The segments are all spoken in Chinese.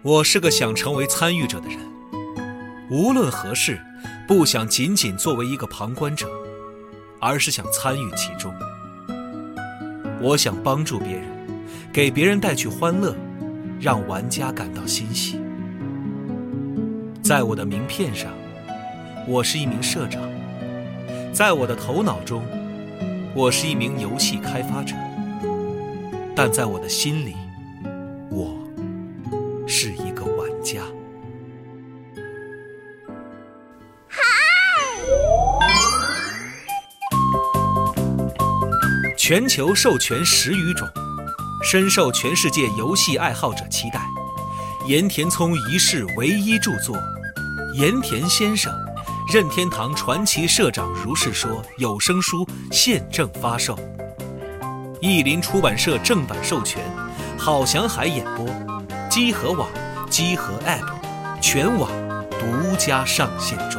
我是个想成为参与者的人，无论何事，不想仅仅作为一个旁观者，而是想参与其中。我想帮助别人，给别人带去欢乐，让玩家感到欣喜。在我的名片上，我是一名社长；在我的头脑中，我是一名游戏开发者；但在我的心里，我是一个玩家。全球授权10余种，深受全世界游戏爱好者期待。盐田聪一世唯一著作《盐田先生任天堂传奇社长如是说》有声书现正发售，译林出版社正版授权，郝祥海演播，机核网、机核 App 全网独家上线中。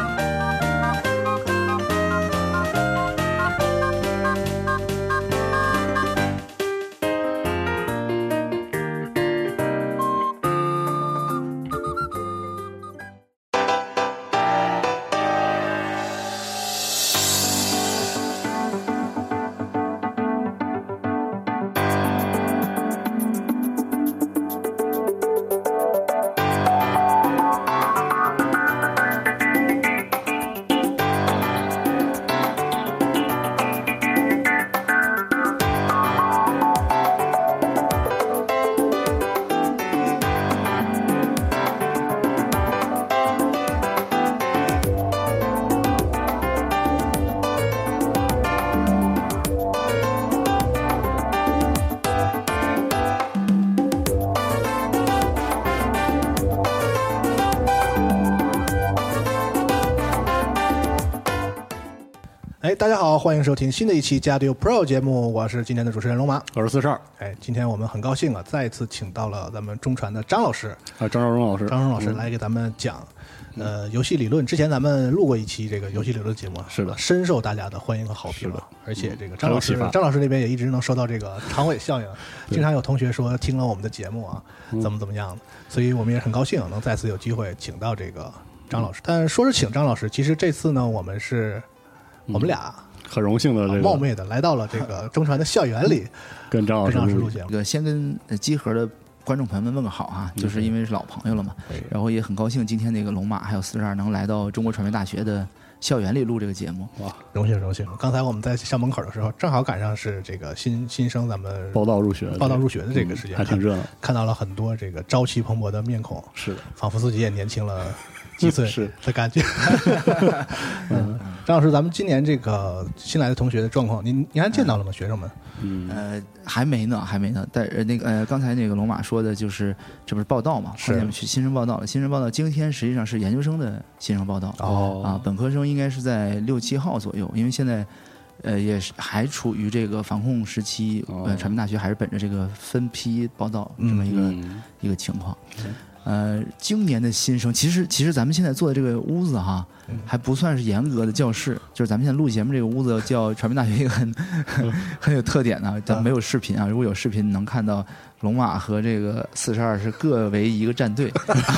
大家好，欢迎收听新的一期加丢 Pro 节目，我是今天的主持人龙马， 我是42。 今天我们很高兴啊，再一次请到了咱们中传的张老师张兆荣老师， 张荣老师来给咱们讲游戏理论。之前咱们录过一期这个游戏理论节目， 是的， 深受大家的欢迎和好评，而且这个张老师那边也一直能收到这个长尾效应，经常有同学说听了我们的节目啊，怎么样的，所以我们也很高兴能再次有机会请到这个张老师。但说是请张老师，其实这次呢，我们俩很荣幸的冒昧的来到了这个中传的校园里， 跟张老师录节目。 先跟机核的观众朋友们问个好哈，就是因为是老朋友了嘛，然后也很高兴今天那个龙马还有42能来到中国传媒大学的校园里录这个节目。 哇，荣幸！刚才我们在校门口的时候，正好赶上是这个新生咱们报道入学的这个时间， 还挺热闹， 看到了很多这个朝气蓬勃的面孔， 是的， 仿佛自己也年轻了几岁是的感觉。张老师，咱们今年这个新来的同学的状况，您还见到了吗？学生们？ 还没呢。但刚才那个龙马说的就是这不是报道嘛？是我们去新生报道了。新生报道今天实际上是研究生的新生报道本科生应该是在6、7号左右，因为现在也是还处于这个防控时期，传媒大学还是本着这个分批报道这么一个情况。今年的新生，其实咱们现在坐的这个屋子哈，还不算是严格的教室，就是咱们现在录节目这个屋子叫传媒大学一个很有特点的，但没有视频啊。如果有视频，能看到龙马和这个42是各为一个战队。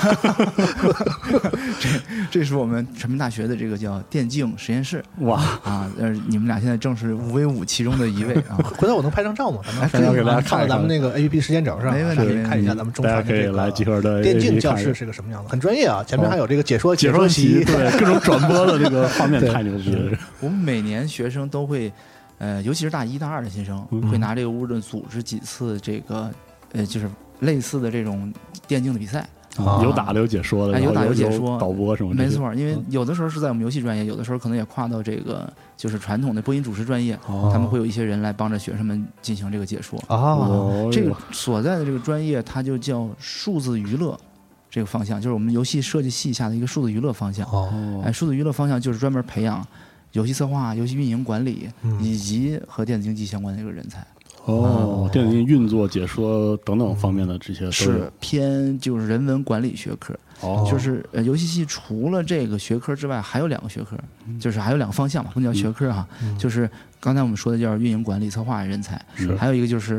这是我们传媒大学的这个叫电竞实验室。 哇你们俩现在正是5v5其中的一位啊。 回头我能拍张照吗？咱们给大家看到咱们那个 APP 时间轴上， 没问题， 看一下咱们中传的这个来集合的电竞教室是个什么样子，很专业啊。前面还有这个解说席， 对，各种转播的这个画面太牛逼了。 我们每年学生都会，尤其是大1、大2的新生，会拿这个屋子组织几次这个就是类似的这种电竞的比赛。 有打的有解说的， 有打有解说， 导播什么的。 没错，因为有的时候是在我们游戏专业，有的时候可能也跨到这个就是传统的播音主持专业，他们会有一些人来帮着学生们进行这个解说。这个所在的这个专业，它就叫数字娱乐这个方向，就是我们游戏设计系下的一个数字娱乐方向。数字娱乐方向就是专门培养游戏策划、游戏运营管理以及和电子竞技相关的一个人才。 电子运作、解说等等方面的这些是偏就是人文管理学科。就是游戏系除了这个学科之外，还有2个学科，就是还有2个方向嘛，不能叫学科哈，就是刚才我们说的叫运营管理策划人才，还有一个就是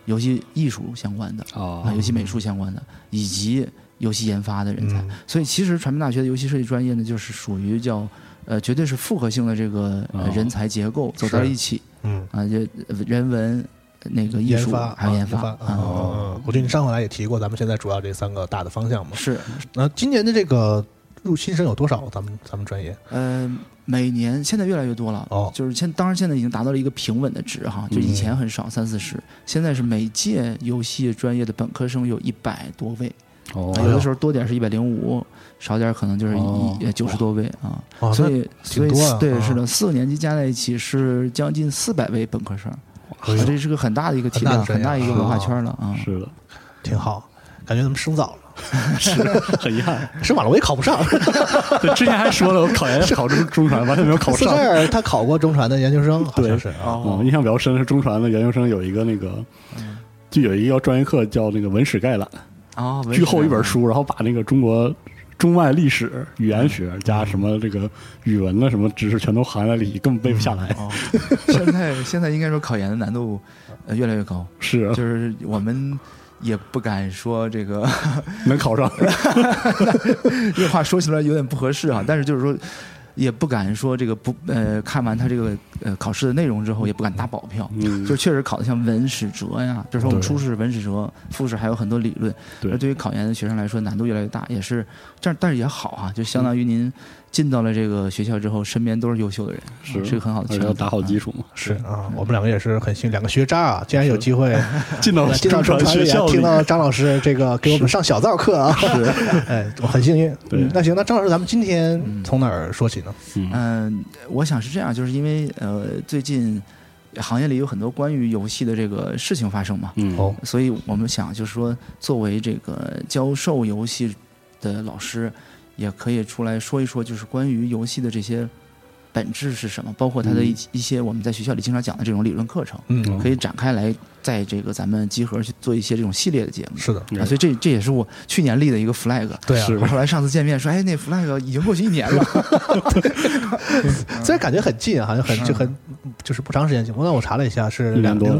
游戏艺术相关的游戏美术相关的，以及游戏研发的人才。所以其实传媒大学的游戏设计专业呢，就是属于叫绝对是复合性的这个人才结构走到了一起。就人文。那个艺术还有研发我觉得你上回来也提过，咱们现在主要这3个大的方向嘛。 是。 那今年的这个入新生有多少？咱们专业？ 每年现在越来越多了。就是当然现在已经达到了一个平稳的值哈，就以前很少30-40，现在是每届游戏专业的本科生有100多位。有的时候多点是105，少点可能就是90多位啊。所以对，是的，4个年级加在一起是将近400位本科生。这是个很大的一个体量，很大一个文化圈了啊！ 是的， 挺好，感觉咱们升早了， 是很遗憾， 升晚了我也考不上。 对，之前还说了我考研考中传，完全没有考上。 这儿他考过中传的研究生，好像是印象比较深是中传的研究生有一个那个，就有一个专业课叫那个文史概览巨厚一本书，然后把那个中外历史、语言学加什么这个语文的什么知识全都含在里，根本背不下来。 现在应该说考研的难度越来越高， 是， 就是我们也不敢说这个能考上， 这话说起来有点不合适啊，但是就是说。也不敢说这个看完他这个考试的内容之后，也不敢打保票。就确实考的像文史哲呀，就是说我们初试文史哲，复试还有很多理论。而对于考研的学生来说，难度越来越大，也是这样，但是也好啊，就相当于您进到了这个学校之后，身边都是优秀的人，是个很好的圈子， 要打好基础嘛。 是啊，我们两个也是很幸，2个学渣啊，竟然有机会进到中传学校，听到张老师这个给我们上小灶课啊，我很幸运。那行，那张老师，咱们今天从哪儿说起呢？ 我想是这样，就是因为最近行业里有很多关于游戏的这个事情发生嘛，所以我们想就是说，作为这个教授游戏的老师，也可以出来说一说，就是关于游戏的这些本质是什么，包括它的一些我们在学校里经常讲的这种理论课程，可以展开来在这个咱们集合去做一些这种系列的节目。 是的， 所以这也是我去年立的一个 flag。对啊，我后来上次见面说，那 flag 已经过去1年了， 虽然感觉很近啊，好像就是不长时间节目。那我查了一下，是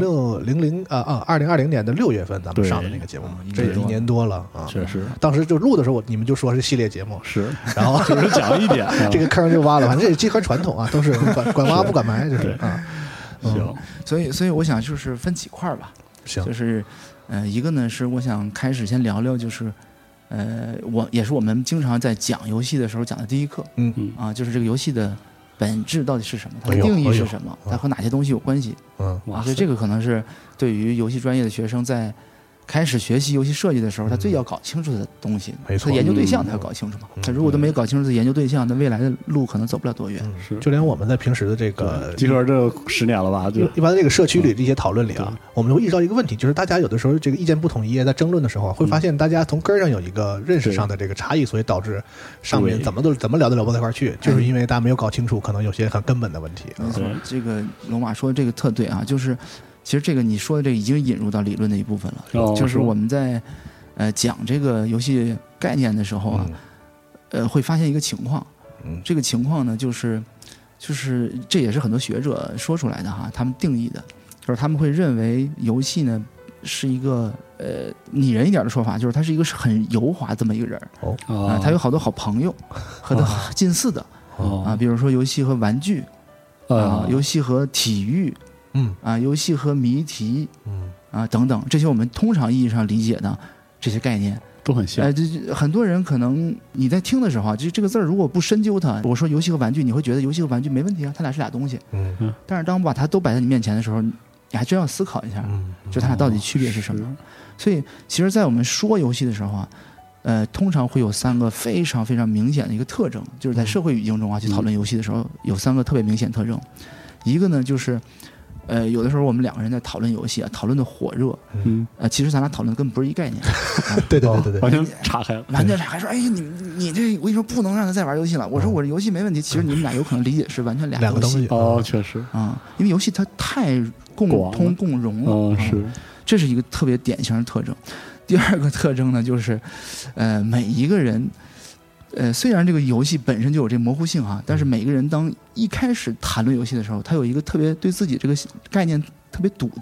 2020年的6月份咱们上的那个节目，这也1年多了啊。 确实， 当时就录的时候，你们就说是系列节目， 是， 然后就是讲了一点， 这个坑就挖了，反正这也集合传统啊，都是管挖不管埋，就是啊。 行， 所以我想就是分几块吧。 行， 就是一个呢是我想开始先聊聊，就是也是我们经常在讲游戏的时候讲的第一课，就是这个游戏的本质到底是什么，它的定义是什么，它和哪些东西有关系，所以这个可能是对于游戏专业的学生在开始学习游戏设计的时候，他最要搞清楚的东西，他研究对象他要搞清楚嘛。他如果都没搞清楚的研究对象，那未来的路可能走不了多远。 是，就连我们在平时的这个集合这10年了吧，就一般这个社区里这些讨论里啊，我们就会意识到一个问题，就是大家有的时候这个意见不统一，在争论的时候，会发现大家从根儿上有一个认识上的这个差异，所以导致上面怎么聊都聊不到一块儿去，就是因为大家没有搞清楚可能有些很根本的问题。 这个龙马说的这个特对啊，就是其实这个你说的这个已经引入到理论的一部分了，就是我们在讲这个游戏概念的时候啊，会发现一个情况，这个情况呢就是这也是很多学者说出来的哈，他们定义的，就是他们会认为游戏呢是一个拟人一点的说法，就是他是一个很油滑这么一个人他有好多好朋友和他近似的比如说游戏和玩具游戏和体育。游戏和谜题，等等，这些我们通常意义上理解的这些概念都很像。 很多人可能你在听的时候啊，这个字如果不深究它，我说游戏和玩具，你会觉得游戏和玩具没问题啊，它俩是俩东西。但是当我把它都摆在你面前的时候，你还真要思考一下，就它俩到底区别是什么。所以，其实，在我们说游戏的时候啊，通常会有3个非常非常明显的一个特征，就是在社会语境中啊，去讨论游戏的时候，有3个特别明显特征。一个呢，就是有的时候我们2个人在讨论游戏啊，讨论的火热，其实咱俩讨论的根本不是一概念， 对， 完全岔开了， 完全岔开，说你这我跟你说不能让他再玩游戏了，我说我这游戏没问题，其实你们俩有可能理解是完全两个东西确实因为游戏它太共通共融了， 是， 这是一个特别典型的特征。第2个特征呢，就是每一个人。虽然这个游戏本身就有这模糊性但是每个人当一开始谈论游戏的时候，他有一个特别对自己这个概念特别笃定，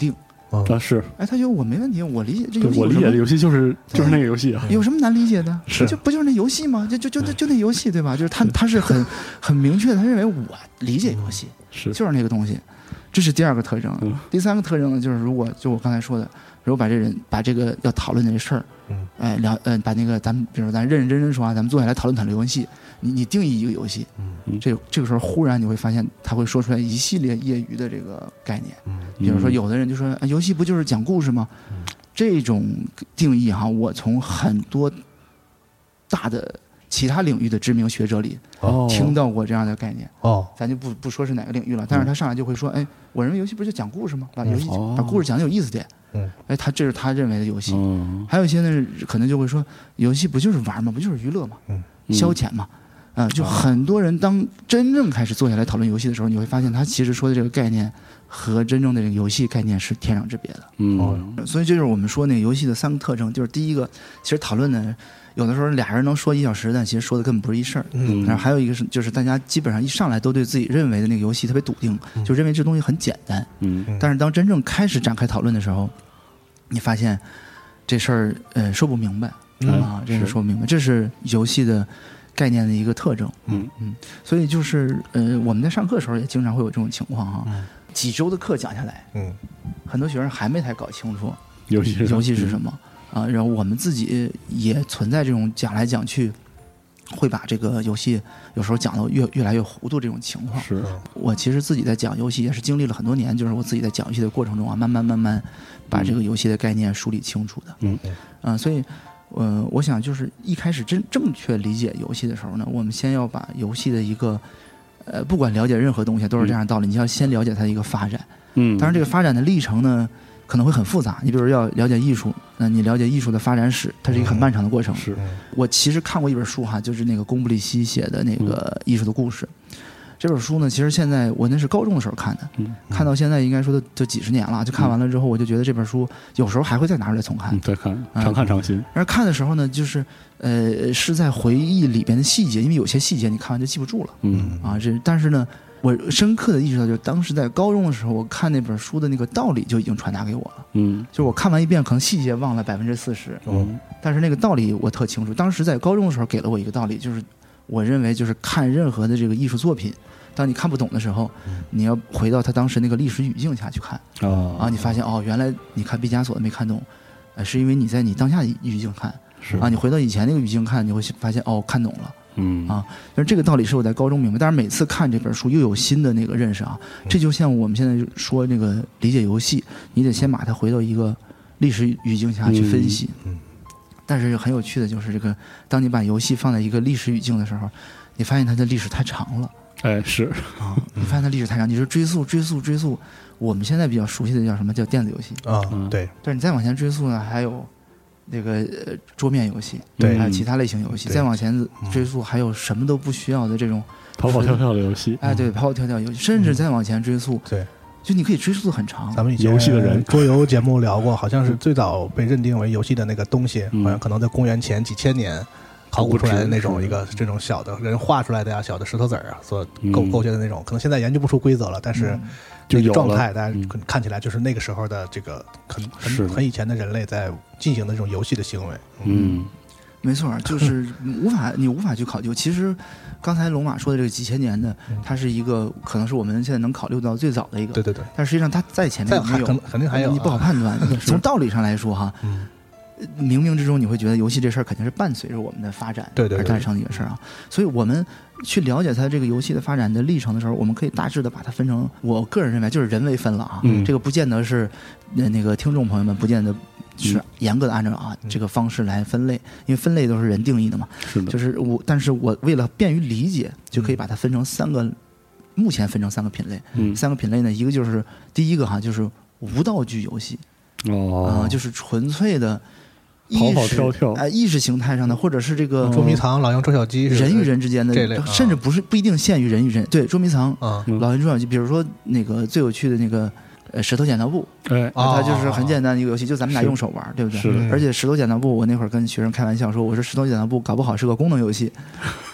是， 哎，他觉得我没问题，我理解这游戏， 我理解的游戏就是那个游戏啊， 有什么难理解的？ 是就不就是那游戏吗？就那游戏对吧？就是他是很明确的，他认为我理解游戏就是那个东西，这是第二个特征。第三个特征呢，就是如果就我刚才说的，如果把这个要讨论的这事儿，把那个咱们比如咱认真说啊，咱们坐下来讨论游戏，你定义一个游戏，这个时候忽然你会发现他会说出来一系列业余的这个概念，比如说有的人就说游戏不就是讲故事吗？这种定义哈，我从很多大的其他领域的知名学者里听到过这样的概念。咱就不说是哪个领域了，但是他上来就会说，哎，我认为游戏不就讲故事吗？把游戏把故事讲得有意思点。哎，这是他认为的游戏。还有一些呢，可能就会说，游戏不就是玩吗？不就是娱乐吗？消遣嘛。就很多人当真正开始坐下来讨论游戏的时候，你会发现他其实说的这个概念和真正的这个游戏概念是天壤之别的。所以这就是我们说那个游戏的3个特征。就是第一个，其实讨论呢，有的时候俩人能说1小时，但其实说的根本不是一事儿。然后还有一个是，就是大家基本上一上来都对自己认为的那个游戏特别笃定，就认为这东西很简单。但是当真正开始展开讨论的时候，你发现这事儿说不明白真是说不明白。这是游戏的概念的一个特征。所以就是我们在上课的时候也经常会有这种情况哈。几周的课讲下来，很多学生还没太搞清楚游戏是什么然后我们自己也存在这种讲来讲去，会把这个游戏有时候讲到越来越糊涂这种情况。 是我其实自己在讲游戏也是经历了很多年，就是我自己在讲游戏的过程中慢慢把这个游戏的概念梳理清楚的。所以我想就是一开始正确理解游戏的时候呢，我们先要把游戏的一个不管了解任何东西都是这样的道理，你要先了解它的一个发展。当然这个发展的历程呢可能会很复杂，你比如要了解艺术，那你了解艺术的发展史，它是一个很漫长的过程。我其实看过一本书哈，就是那个贡布里希写的那个艺术的故事。这本书呢，其实现在我那是高中的时候看的，看到现在应该说都几十年了。就看完了之后，我就觉得这本书有时候还会再拿出来重看， 再看，常看常新。 而看的时候呢，就是是在回忆里边的细节，因为有些细节你看完就记不住了。但是呢，我深刻的意识到，就是当时在高中的时候，我看那本书的那个道理就已经传达给我了。就我看完一遍，可能细节忘了40%，但是那个道理我特清楚。当时在高中的时候给了我一个道理，就是我认为就是看任何的这个艺术作品，当你看不懂的时候，你要回到他当时那个历史语境下去看。你发现原来你看毕加索的没看懂，是因为你在你当下的语境看。你回到以前那个语境看，你会发现看懂了。就是这个道理是我在高中明白，但是每次看这本书又有新的那个认识这就像我们现在说那个理解游戏，你得先把它回到一个历史语境下去分析。但是很有趣的就是这个，当你把游戏放在一个历史语境的时候，你发现它的历史太长了。你发现它历史太长，你说追溯，我们现在比较熟悉的叫什么？叫电子游戏对。 但是你再往前追溯呢，还有那个桌面游戏， 对， 还有其他类型游戏。再往前追溯，还有什么都不需要的这种跑跑跳跳的游戏。 对，跑跑跳跳游戏，甚至再往前追溯， 对， 就你可以追溯的很长。 咱们以前游戏的人桌游节目聊过，好像是最早被认定为游戏的那个东西，好像可能在公元前几千年考古出来的那种一个这种小的人画出来的呀，小的石头子儿所构建的那种，可能现在研究不出规则了，但是那个状态大家看起来就是那个时候的这个很以前的人类在进行的这种游戏的行为。 没错，就是你无法去考究。其实刚才龙马说的这个几千年的，它是一个可能是我们现在能考虑到最早的一个。 对。 但实际上它在前面没有， 肯定还有， 你不好判断。从道理上来说哈，冥冥之中你会觉得游戏这事儿肯定是伴随着我们的发展而诞生的一个事儿所以我们去了解它这个游戏的发展的历程的时候，我们可以大致的把它分成，我个人认为就是人为分了这个不见得是那个听众朋友们不见得是严格的按照这个方式来分类，因为分类都是人定义的嘛。就是但是我为了便于理解，就可以把它分成目前分成3个品类。3个品类呢，一个就是第一个就是无道具游戏，就是纯粹的跑跑跳跳， 意识形态上的，或者是这个捉迷藏、老鹰捉小鸡， 人与人之间的这类， 甚至不一定限于人与人。对，捉迷藏、老鹰捉小鸡，比如说那个最有趣的那个石头剪刀布，它就是很简单的一个游戏，就咱们俩用手玩，对不对？而且石头剪刀布，我那会儿跟学生开玩笑说，我说石头剪刀布搞不好是个功能游戏。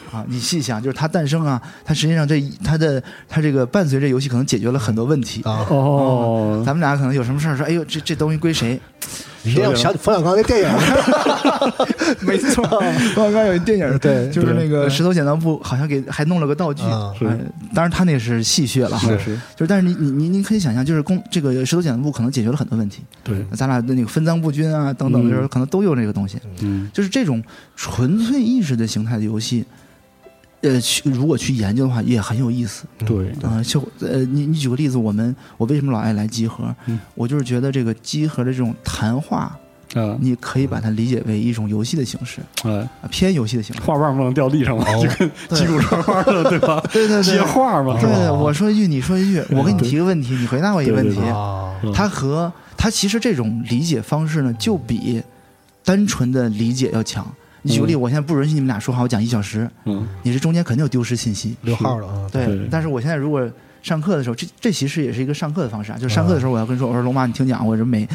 啊！你细想，就是它诞生啊，它实际上它这个伴随着游戏可能解决了很多问题哦。 咱们俩可能有什么事儿说，哎呦，这东西归谁？ 你这想冯小刚那电影， 没错，冯小刚有一电影，对，就是那个石头剪刀布，好像还弄了个道具。当然他那是戏谑了， 是， 就是但是你可以想象，就是这个石头剪刀布可能解决了很多问题。 对， 咱俩的那个分赃不均啊等等，就是可能都有这个东西。就是这种纯粹意识的形态的游戏。如果去研究的话，也很有意思。 对你举个例子，我为什么老爱来集合？我就是觉得这个集合的这种谈话，你可以把它理解为一种游戏的形式，偏游戏的形式。 画棒不能掉地上吗？就跟击鼓传花的，对吧？ 对， 接话嘛。 对，我说一句，你说一句，我给你提个问题，你回答我一个问题。它其实这种理解方式呢，就比单纯的理解要强。你举个例，我现在不允许你们俩说话，我讲1小时，你这中间肯定有丢失信息， 溜号了。 对，但是我现在如果上课的时候，这其实也是一个上课的方式啊。就是上课的时候，我要跟你说，我说龙马，你听讲，我每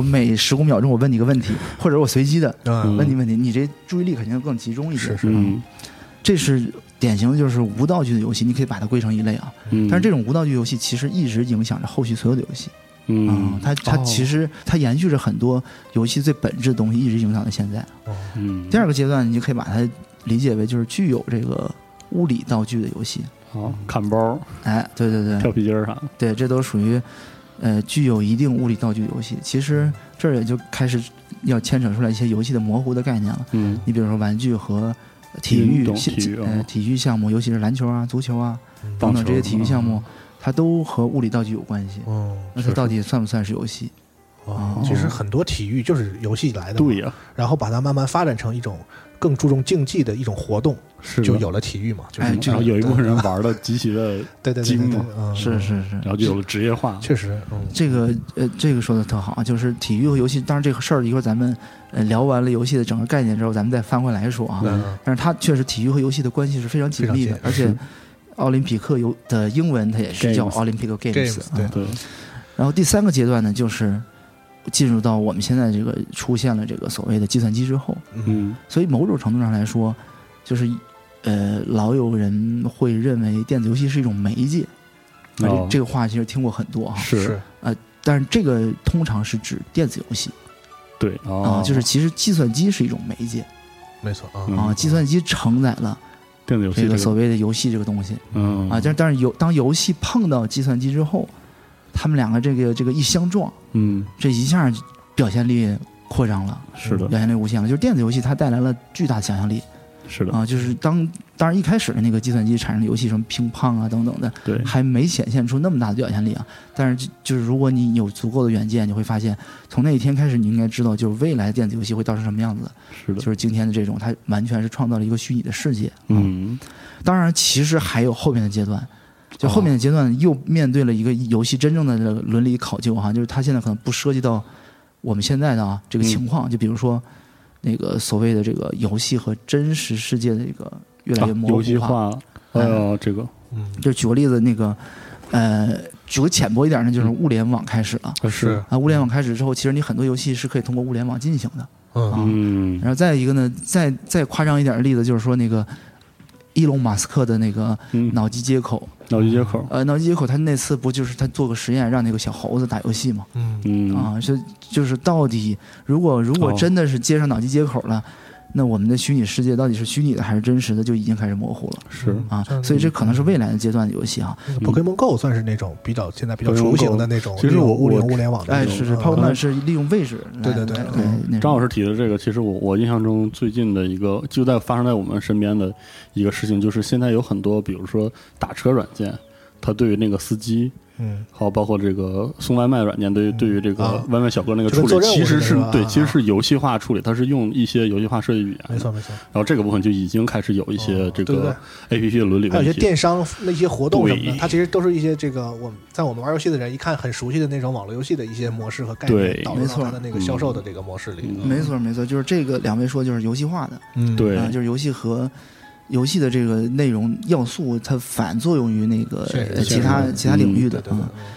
15秒钟我问你个问题，或者我随机的问你问题，你这注意力肯定更集中一些。这是典型的就是无道具的游戏，你可以把它归成一类啊。但是这种无道具游戏其实一直影响着后续所有的游戏。它其实它延续着很多游戏最本质的东西，一直影响到现在。第二个阶段，你就可以把它理解为就是具有这个物理道具的游戏。 砍包， 对， 跳皮筋儿啥的， 对，这都属于具有一定物理道具的游戏。其实这儿也就开始要牵扯出来一些游戏的模糊的概念了。你比如说玩具和体育项目，尤其是篮球啊、足球啊等等这些体育项目。它都和物理道具有关系，那它到底算不算是游戏？ 其实很多体育就是游戏来的， 对呀。 然后把它慢慢发展成一种更注重竞技的一种活动，就有了体育嘛。 然后有一部分人玩的极其的精嘛， 是， 然后就有了职业化。 确实， 这个说的特好，就是体育和游戏。当然这个事儿一会儿咱们聊完了游戏的整个概念之后，咱们再翻回来说啊。但是它确实体育和游戏的关系是非常紧密的，而且。奥林匹克的英文它也是叫 Olympic Games， 对。 然后第3个阶段呢，就是进入到我们现在这个出现了这个所谓的计算机之后，所以某种程度上来说，就是老有人会认为电子游戏是一种媒介，这个话其实听过很多哈， 是但是这个通常是指电子游戏， 对就是其实计算机是一种媒介， 没错计算机承载了。 电子游戏这个所谓的游戏这个东西，但是当游戏碰到计算机之后，他们两个这个一相撞，这一下表现力扩张了， 是的， 表现力无限了。就是电子游戏它带来了巨大的想象力， 是的就是当然一开始的那个计算机产生的游戏，什么乒乓啊等等的， 对， 还没显现出那么大的表现力啊。但是就是如果你有足够的远见，你会发现，从那一天开始，你应该知道，就是未来的电子游戏会到成什么样子。 是的， 就是今天的这种，它完全是创造了一个虚拟的世界。当然，其实还有后面的阶段，就后面的阶段又面对了一个游戏真正的伦理考究哈，就是它现在可能不涉及到我们现在的这个情况，就比如说那个所谓的这个游戏和真实世界的这个越来越模糊化。 游戏化，这个， 就举个例子，那个举个浅薄一点呢，就是物联网开始了。 是物联网开始之后，其实你很多游戏是可以通过物联网进行的。然后再一个呢，再夸张一点的例子，就是说那个伊隆马斯克的那个脑机接口， 脑机接口， 他那次不就是他做个实验，让那个小猴子打游戏嘛？就是到底如果真的是接上脑机接口了。那我们的虚拟世界到底是虚拟的还是真实的，就已经开始模糊了。 是所以这可能是未来的阶段的游戏啊。 Pokemon Go 算是那种现在比较雏形的那种， 其实我物联网的。 是 Pokemon 是利用位置。 对。 张老师提的这个，其实我印象中最近的一个就发生在我们身边的一个事情，就是现在有很多，比如说打车软件，它对于那个司机。好，包括这个送外卖软件，对于这个外卖小哥那个处理，其实是游戏化处理，它是用一些游戏化设计语言， 没错。 然后这个部分就已经开始有一些这个 APP 的伦理问题， 还有一些电商那些活动什么的，它其实都是一些这个我们玩游戏的人一看很熟悉的那种网络游戏的一些模式和概念，导入到它的那个销售的这个模式里。 没错，就是这个两位说就是游戏化的， 对， 就是游戏和。游戏的这个内容要素，它反作用于那个其他领域的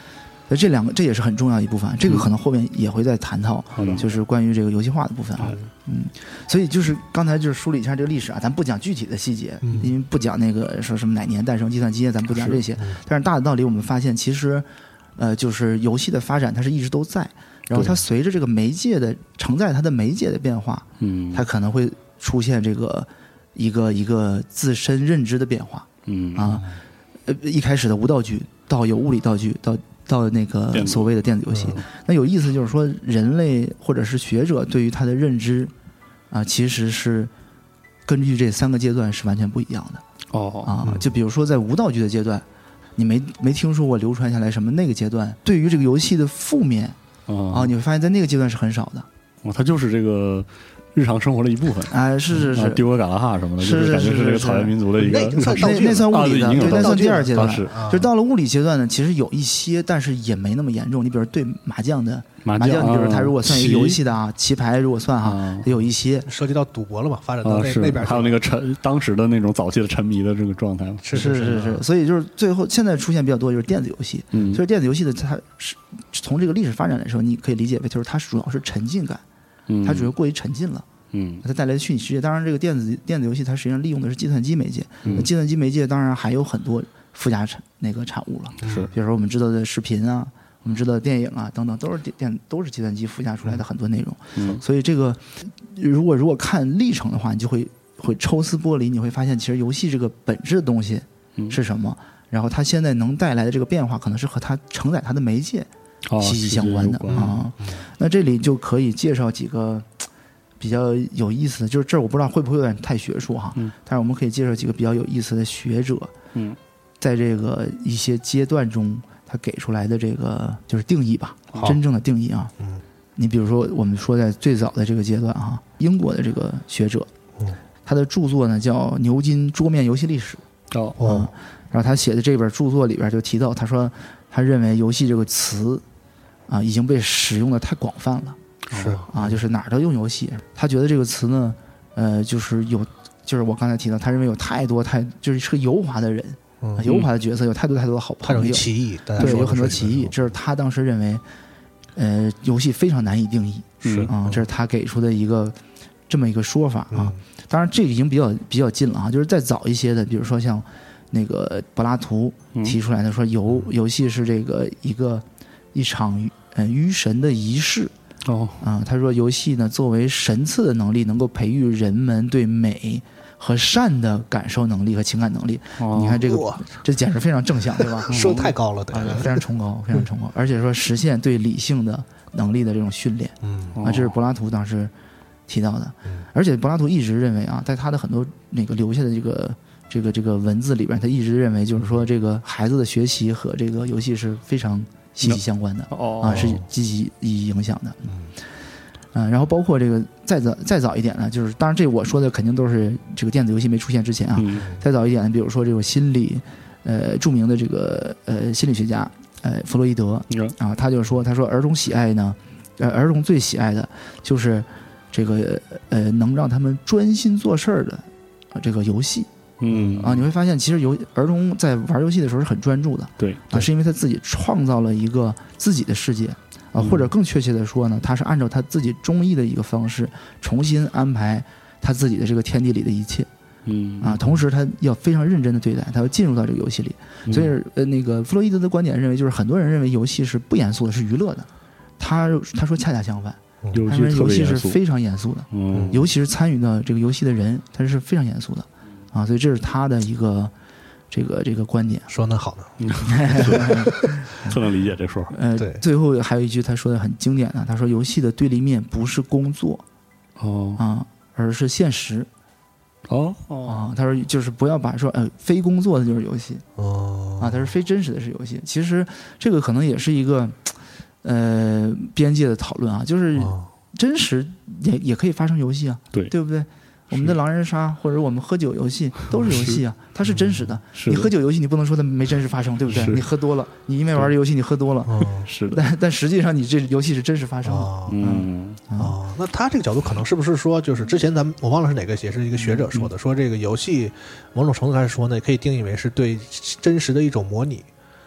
这也是很重要一部分，这个可能后面也会再谈到，就是关于这个游戏化的部分啊。所以就是刚才就是梳理一下这个历史啊，咱不讲具体的细节，因为不讲那个说什么哪年诞生计算机，咱不讲这些。但是大的道理我们发现，其实就是游戏的发展它是一直都在，然后它随着这个媒介的承载它的媒介的变化，它可能会出现这个一个自身认知的变化。一开始的无道具到有物理道具到那个所谓的电子游戏，那有意思就是说，人类或者是学者对于它的认知其实是根据这3个阶段是完全不一样的。就比如说在无道具的阶段，你没听说过流传下来什么那个阶段对于这个游戏的负面你会发现在那个阶段是很少的。 它就是这个日常生活的一部分是丢个嘎拉哈什么的，就是感觉是这个草原民族的一个那算物理的，对，那算第2阶段。 就到了物理阶段呢，其实有一些，但是也没那么严重。你比如对麻将，你比如它如果算一个游戏的棋牌如果算有一些涉及到赌博了嘛，发展到那边， 还有那个当时的那种早期的沉迷的这个状态。 是，所以就是最后现在出现比较多就是电子游戏。所以电子游戏的它是从这个历史发展来说，你可以理解为就是它主要是沉浸感，它主要过于沉浸了。它带来的虚拟世界，当然这个电子游戏它实际上利用的是计算机媒介，计算机媒介当然还有很多附加产物了，比如说我们知道的视频啊，我们知道的电影啊等等，都是计算机附加出来的很多内容。所以这个如果看历程的话，你就会抽丝剥离，你会发现其实游戏这个本质的东西是什么，然后它现在能带来的这个变化，可能是和它承载它的媒介息息相关的那这里就可以介绍几个比较有意思的，就是这儿我不知道会不会有点太学术但是我们可以介绍几个比较有意思的学者在这个一些阶段中他给出来的这个就是定义吧，真正的定义你比如说我们说在最早的这个阶段英国的这个学者他的著作呢叫《牛津桌面游戏历史》然后他写的这本著作里边就提到，他说他认为游戏这个词已经被使用的太广泛了，就是哪儿都用游戏。他觉得这个词呢就是我刚才提到，他认为有太多就是个油滑的人油滑的角色，有太多的好朋友， 太容易歧义， 对，有很多歧义，这是他当时认为游戏非常难以定义，这是他给出的这么一个说法当然这个已经比较近了就是再早一些的，比如说像那个柏拉图提出来的说游戏是这个一场愚神的仪式他说游戏呢作为神赐的能力，能够培育人们对美和善的感受能力和情感能力你看这简直非常正向，对吧？ 说太高了，对， 非常崇高，非常崇高，而且说实现对理性的能力的这种训练这是柏拉图当时提到的而且柏拉图一直认为在他的很多那个留下的这个文字里边，他一直认为就是说这个孩子的学习和这个游戏是非常息息相关的是积极意义影响的然后包括这个再早一点呢，就是当然这我说的肯定都是这个电子游戏没出现之前再早一点，比如说这种心理著名的这个心理学家弗洛伊德他就说儿童喜爱呢儿童最喜爱的就是这个能让他们专心做事儿的这个游戏你会发现其实儿童在玩游戏的时候是很专注的， 对是因为他自己创造了一个自己的世界或者更确切的说呢，他是按照他自己中意的一个方式重新安排他自己的这个天地里的一切同时他要非常认真的对待，他要进入到这个游戏里所以那个弗洛伊德的观点认为，就是很多人认为游戏是不严肃的，是娱乐的，他说恰恰相反，他认为游戏是非常严肃的尤其是参与到这个游戏的人他是非常严肃的所以这是他的一个这个观点。 说得好呢特能理解这说法对， 最后还有一句他说的很经典他说游戏的对立面不是工作而是现实他说就是不要把说非工作的就是游戏他说非真实的是游戏。其实这个可能也是一个边界的讨论就是真实也可以发生游戏对不对？我们的狼人杀或者我们喝酒游戏都是游戏它是真实的。你喝酒游戏你不能说它没真实发生，对不对？你喝多了，你因为玩这游戏你喝多了是的， 但实际上你这游戏是真实发生的那他这个角度可能是不是说，就是之前我忘了是哪个也是一个学者说的，说这个游戏某种程度上来说呢，可以定义为是对真实的一种模拟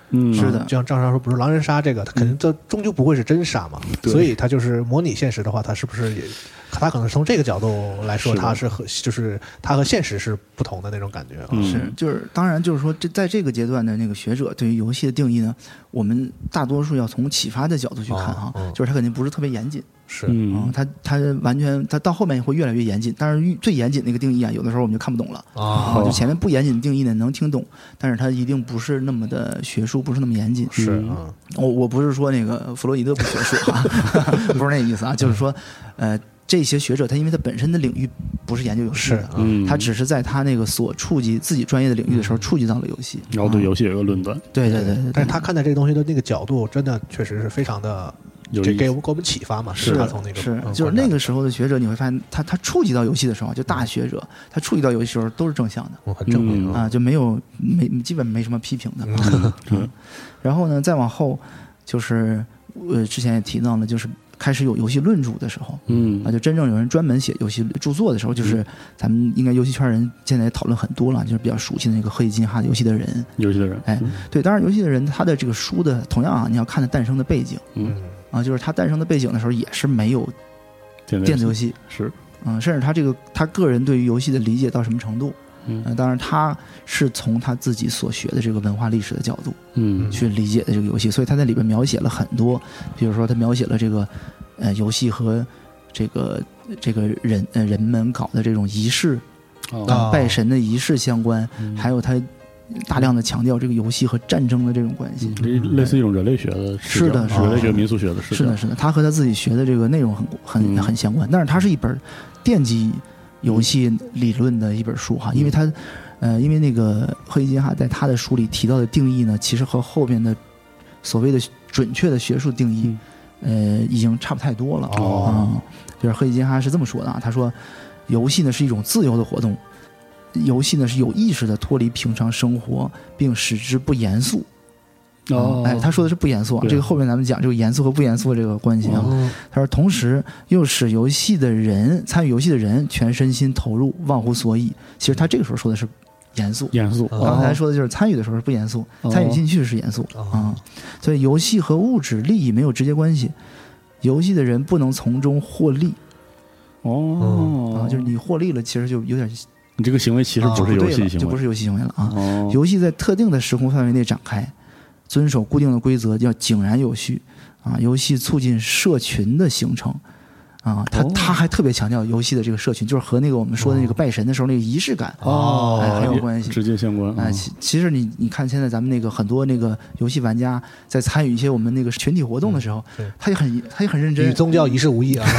是的， 就像张少说，比如狼人杀这个，它肯定这终究不会是真杀嘛，所以它就是模拟现实的话，它是不是也？他可能从这个角度来说，他是就是他和现实是不同的那种感觉。 是，就是当然就是说，在这个阶段的那个学者对于游戏的定义呢，我们大多数要从启发的角度去看哈，就是他肯定不是特别严谨。 是， 他完全他到后面会越来越严谨，但是最严谨那个定义啊，有的时候我们就看不懂了啊。就前面不严谨的定义呢，能听懂，但是它一定不是那么的学术，不是那么严谨。 是我不是说那个弗洛伊德不学术啊，不是那意思啊，就是说这些学者他因为他本身的领域不是研究游戏的，他只是在他那个所触及自己专业的领域的时候触及到了游戏， 然后对游戏有一个论断。 对， 但是他看待这个东西的那个角度，真的确实是非常的。这给我们启发嘛？是他从那个就是那个时候的学者，你会发现他触及到游戏的时候，就大学者他触及到游戏的时候都是正向的， 很正面啊，就基本没什么批评的。然后呢，再往后就是之前也提到了，就是开始有游戏论著的时候，就真正有人专门写游戏著作的时候，就是咱们应该游戏圈人现在也讨论很多了，就是比较熟悉的那个赫伊金哈的游戏的人，对，当然游戏的人他的这个书的同样啊，你要看他诞生的背景，就是他诞生的背景的时候也是没有电子游戏， 是， 甚至他个人对于游戏的理解到什么程度，当然他是从他自己所学的这个文化历史的角度，去理解的这个游戏，所以他在里边描写了很多，比如说他描写了这个游戏和这个人们搞的这种仪式，拜神的仪式相关，还有他大量的强调这个游戏和战争的这种关系， 类似一种人类学的， 是的， 人类学、民俗学的， 是的，他和他自己学的这个内容很相关，但是它是一本奠基游戏理论的一本书哈，因为他因为那个赫伊金哈在他的书里提到的定义呢，其实和后边的所谓的准确的学术定义，已经差不太多了就是赫伊金哈是这么说的啊，他说游戏呢是一种自由的活动。游戏呢是有意识的脱离平常生活，并使之不严肃。他说的是不严肃啊，这个后面咱们讲这个严肃和不严肃的这个关系啊。他说，同时又使游戏的人参与游戏的人全身心投入，忘乎所以。其实他这个时候说的是严肃。刚才说的就是参与的时候是不严肃，参与进去是严肃所以游戏和物质利益没有直接关系，游戏的人不能从中获利。就是你获利了，其实就有点。 你这个行为其实不是游戏行为， 就不是游戏行为了啊！游戏在特定的时空范围内展开，遵守固定的规则，要井然有序啊！游戏促进社群的形成啊！他还特别强调游戏的这个社群，就是和那个我们说的那个拜神的时候那个仪式感很有关系， 直接相关啊！ 其实你看现在咱们那个很多那个游戏玩家在参与一些我们那个群体活动的时候，他也很认真， 与宗教仪式无异啊！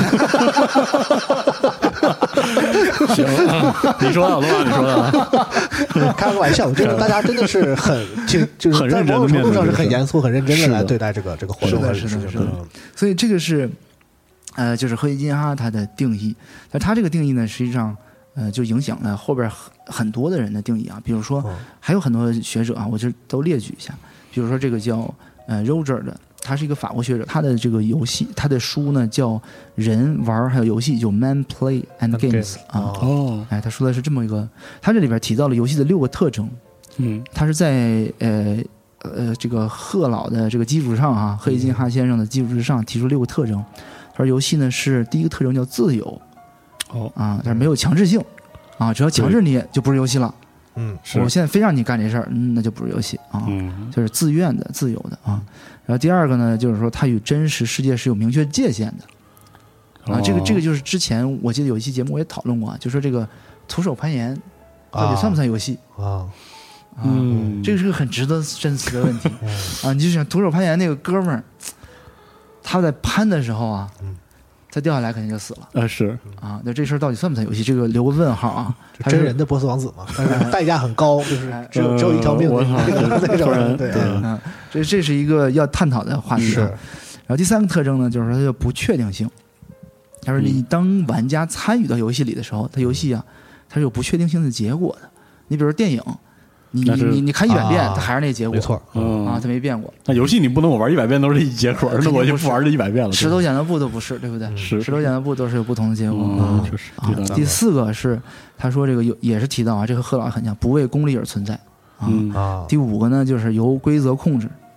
行，你说的，你说的， 开个玩笑，就是大家真的是就是很认真， 在某种程度上是很严肃、很认真的来对待这个活动。 是的。所以这个是就是赫伊金哈他的定义，但他这个定义呢，实际上就影响了后边很多的人的定义啊。比如说还有很多学者啊，我这都列举一下。比如说这个叫Roger 的。他是一个法国学者，他的这个游戏，他的书呢叫《人玩还有游戏》，就 Man Play and Games 他说的是这么一个，他这里边提到了游戏的6个特征，他是在这个赫老的这个基础上啊，赫伊金哈先生的基础之上提出6个特征。他说游戏呢是第一个特征叫自由，但是没有强制性啊，只要强制你就不是游戏了。我现在非让你干这事儿，那就不是游戏啊，就是自愿的、自由的啊。然后第二个呢，就是说它与真实世界是有明确界限的啊。这个就是之前我记得有一期节目我也讨论过啊，就说这个徒手攀岩到底算不算游戏这个是个很值得深思的问题啊。你就想徒手攀岩那个哥们儿，他在攀的时候啊。他掉下来肯定就死了是啊，那这事儿到底算不算游戏？这个留个问号啊。 真人的波斯王子嘛，但是代价很高，就是只有一条命那种人。对这是一个要探讨的话题。然后第3个特征呢，就是说它叫不确定性。他说你当玩家参与到游戏里的时候，它游戏啊它是有不确定性的结果的。你比如说电影。你看100遍，它还是那结果， 没错它没变过。 那游戏你不能我玩100遍都是一结果，那我就不玩这100遍了。 石头剪刀布都不是，对不对？石头剪刀布都是有不同的结果。 确实。 第4个是他说这个也是提到啊，这和贺老很像，不为功利而存在第5个呢就是由规则控制，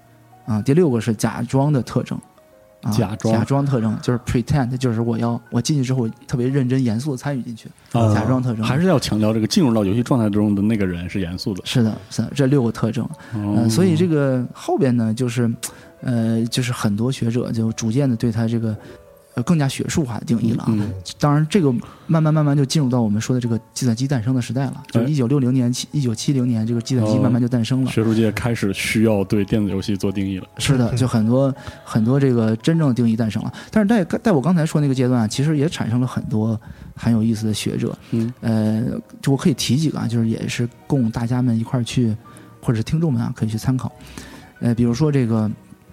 第6个是假装的特征。假装特征就是 pretend， 就是我进去之后我特别认真严肃的参与进去，假装特征还是要强调这个进入到游戏状态中的那个人是严肃的。 是的，这6个特征。所以这个后边呢，就是很多学者就逐渐的对它这个更加学术化的定义了啊。当然，这个慢慢就进入到我们说的这个计算机诞生的时代了。就1960年、1970年，这个计算机慢慢就诞生了。 学术界开始需要对电子游戏做定义了。 是的，就很多这个真正的定义诞生了。但是在我刚才说那个阶段，其实也产生了很多很有意思的学者。就我可以提几个啊，就是也是供大家们一块儿去，或者是听众们啊可以去参考。比如说这个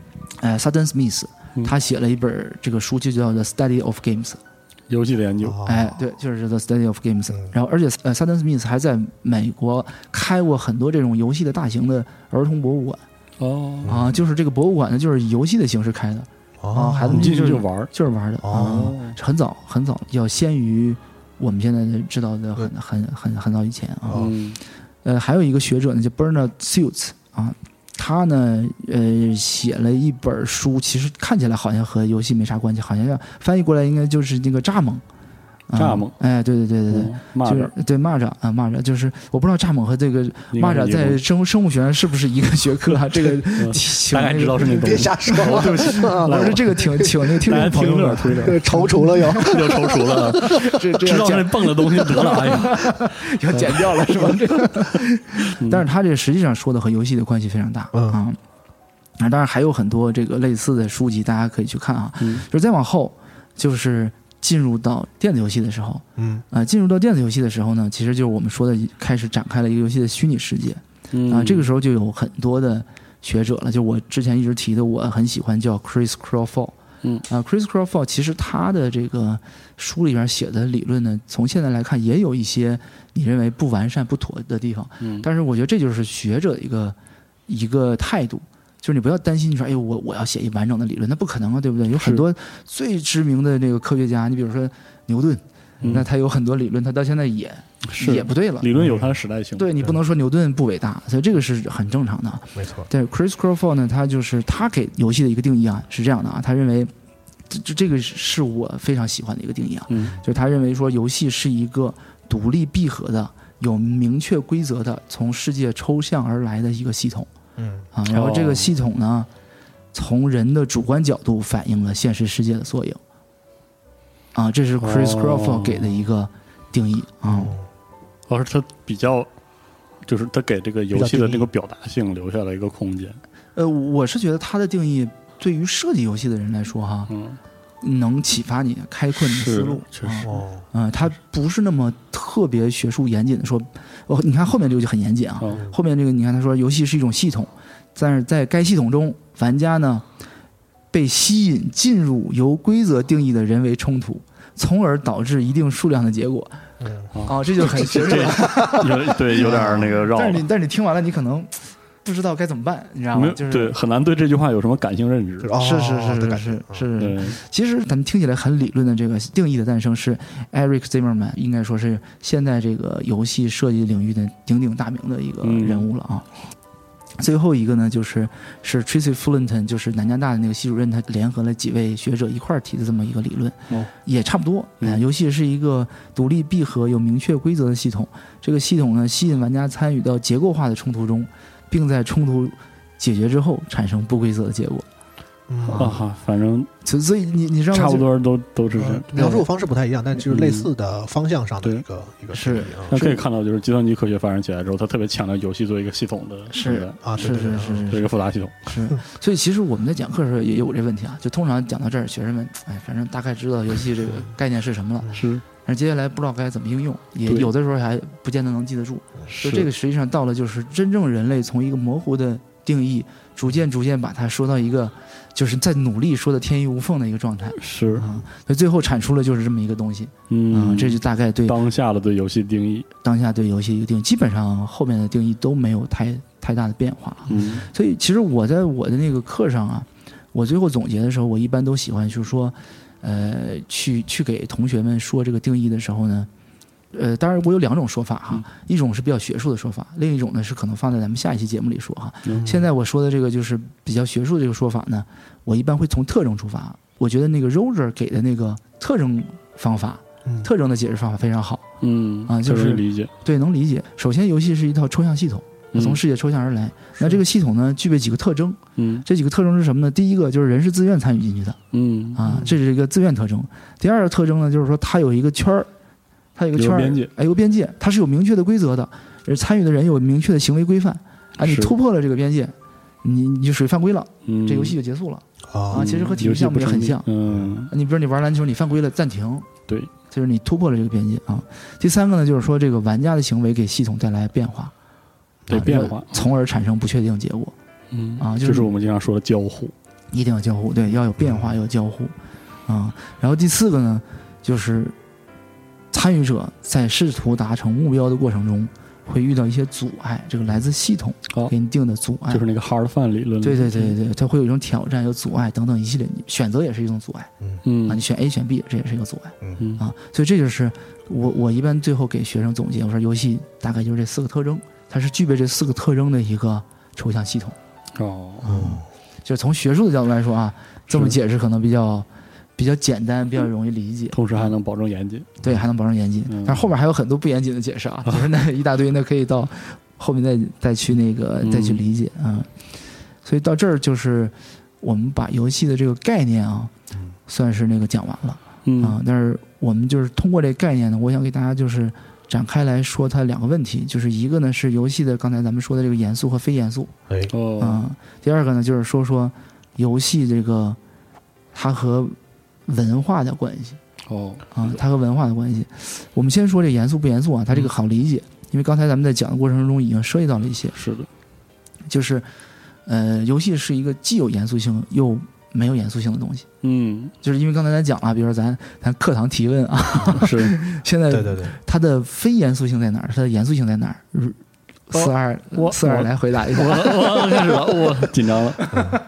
Sutton Smith。他写了一本这个书，就叫《The Study of Games》， 游戏的研究。 对，就是《The Study of Games》。然后，而且Sutton Smith 还在美国开过很多这种游戏的大型的儿童博物馆。就是这个博物馆呢，就是以游戏的形式开的。孩子们进去就玩， 就是玩的。很早，要先于我们现在知道的很早以前啊。还有一个学者呢，叫 Bernard Suits 啊。他呢，写了一本书，其实看起来好像和游戏没啥关系，好像要翻译过来应该就是那个蚱蜢。对，就是对蚂蚱啊，蚂蚱就是我不知道蚱蜢和这个蚂蚱在生物学上是不是一个学科啊？这个大概知道是那种， 别瞎说， 对不起， 我说这个请那个听众朋友们踌躇了又踌躇了，这知道那蹦的东西得了，哎呀， 要剪掉了是吧？但是他这实际上说的和游戏的关系非常大啊。当然还有很多这个类似的书籍，大家可以去看啊。就是再往后就是进入到电子游戏的时候，进入到电子游戏的时候呢，其实就是我们说的开始展开了一个游戏的虚拟世界。这个时候就有很多的学者了，就我之前一直提的，我很喜欢叫 Chris Crawford。Chris Crawford 其实他的这个书里边写的理论呢，从现在来看也有一些你认为不完善、不妥的地方。但是我觉得这就是学者的一个态度。就是你不要担心，你说哎呦我要写一完整的理论，那不可能啊，对不对？有很多最知名的那个科学家，你比如说牛顿，那他有很多理论，他到现在也不对了。 理论有它的时代性， 对你不能说牛顿不伟大，所以这个是很正常的。 没错。 对 Chris Crawford 呢，他给游戏的一个定义啊是这样的啊，他认为这个是我非常喜欢的一个定义啊，就是他认为说游戏是一个独立闭合的、有明确规则的、从世界抽象而来的一个系统。然后这个系统呢，从人的主观角度反映了现实世界的缩影。这是 Chris Crawford 给的一个定义啊。 而他比较，就是他给这个游戏的这个表达性留下了一个空间。 我是觉得他的定义对于设计游戏的人来说哈，能启发你开阔你的思路。 确实。 他不是那么特别学术严谨的说，你看后面这个就很严谨啊。后面这个你看他说游戏是一种系统，但是在该系统中，玩家呢被吸引进入由规则定义的人为冲突，从而导致一定数量的结果。这就很学术了。 对，有点那个绕了。 但是你听完了，你可能不知道该怎么办，你知道吗？就是对，很难对这句话有什么感性认知。 是。其实咱们听起来很理论的这个定义的诞生是 Eric Zimmerman， 应该说是现在这个游戏设计领域的鼎鼎大名的一个人物了啊。最后一个呢，是 Tracy Fullerton， 就是南加大的那个系主任，他联合了几位学者一块儿提的这么一个理论，也差不多。游戏是一个独立闭合、有明确规则的系统，这个系统呢吸引玩家参与到结构化的冲突中，并在冲突解决之后产生不规则的结果。 反正所以你知道吗？ 差不多都是描述方式不太一样，但就是类似的方向上的一个是。 那可以看到，就是计算机科学发展起来之后，它特别强调游戏作为一个系统的是一个复杂系统。 是，所以其实我们在讲课的时候也有这问题啊，就通常讲到这儿，学生们反正大概知道游戏这个概念是什么了， 是， 但是接下来不知道该怎么应用，也有的时候还不见得能记得住。就这个实际上到了就是真正人类从一个模糊的定义，逐渐把它说到一个就是在努力说的天衣无缝的一个状态。 是所以最后产出了就是这么一个东西。这就大概对当下的对游戏定义， 当下对游戏一个定义，基本上后面的定义都没有太大的变化。所以其实我在我的那个课上啊，我最后总结的时候，我一般都喜欢就是说，去给同学们说这个定义的时候呢， 当然我有2种说法哈，一种是比较学术的说法，另一种呢是可能放在咱们下一期节目里说哈。现在我说的这个就是比较学术的这个说法呢，我一般会从特征出发。我觉得那个 Roger 给的那个特征方法，特征的解释方法非常好。就是理解， 对，能理解。首先，游戏是一套抽象系统，从世界抽象而来。那这个系统呢，具备几个特征。这几个特征是什么呢？第一个就是人是自愿参与进去的。这是一个自愿特征。第二个特征呢，就是说它有一个圈儿。它有一个圈儿，有边界，它是有明确的规则的，而参与的人有明确的行为规范。你突破了这个边界，你就属于犯规了，这游戏就结束了。其实和体育项目也很像。你比如你玩篮球，你犯规了暂停， 对， 就是你突破了这个边界啊。第三个呢，就是说这个玩家的行为给系统带来变化，从而产生不确定结果。 就是我们经常说的交互， 一定要交互，对，要有变化，要有交互。然后第4个呢，就是参与者在试图达成目标的过程中，会遇到一些阻碍，这个来自系统给你定的阻碍， 就是那个 hard fan 理论。 对，它会有一种挑战，有阻碍等等一系列，选择也是一种阻碍。你选 A 选 B， 这也是一个阻碍。所以这就是我一般最后给学生总结，我说游戏大概就是这4个特征，它是具备这4个特征的一个抽象系统。就是从学术的角度来说啊，这么解释可能比较简单，比较容易理解， 同时还能保证严谨。 对，还能保证严谨。但是后面还有很多不严谨的解释啊，就是那一大堆，那可以到后面再去理解啊。所以到这儿就是我们把游戏的这个概念啊，算是讲完了但是我们就是通过这个概念呢，我想给大家就是展开来说它2个问题，就是一个呢是游戏的刚才咱们说的这个严肃和非严肃，第二个呢就是说游戏这个它和文化的关系。它和文化的关系。我们先说这严肃不严肃啊，它这个好理解，因为刚才咱们在讲的过程中已经涉及到了一些。 是的， 就是游戏是一个既有严肃性又没有严肃性的东西。就是因为刚才咱讲了，比如说咱课堂提问啊， 是现在对， 它的非严肃性在哪儿？它的严肃性在哪儿？42来回答一下。 我开始了，我紧张了。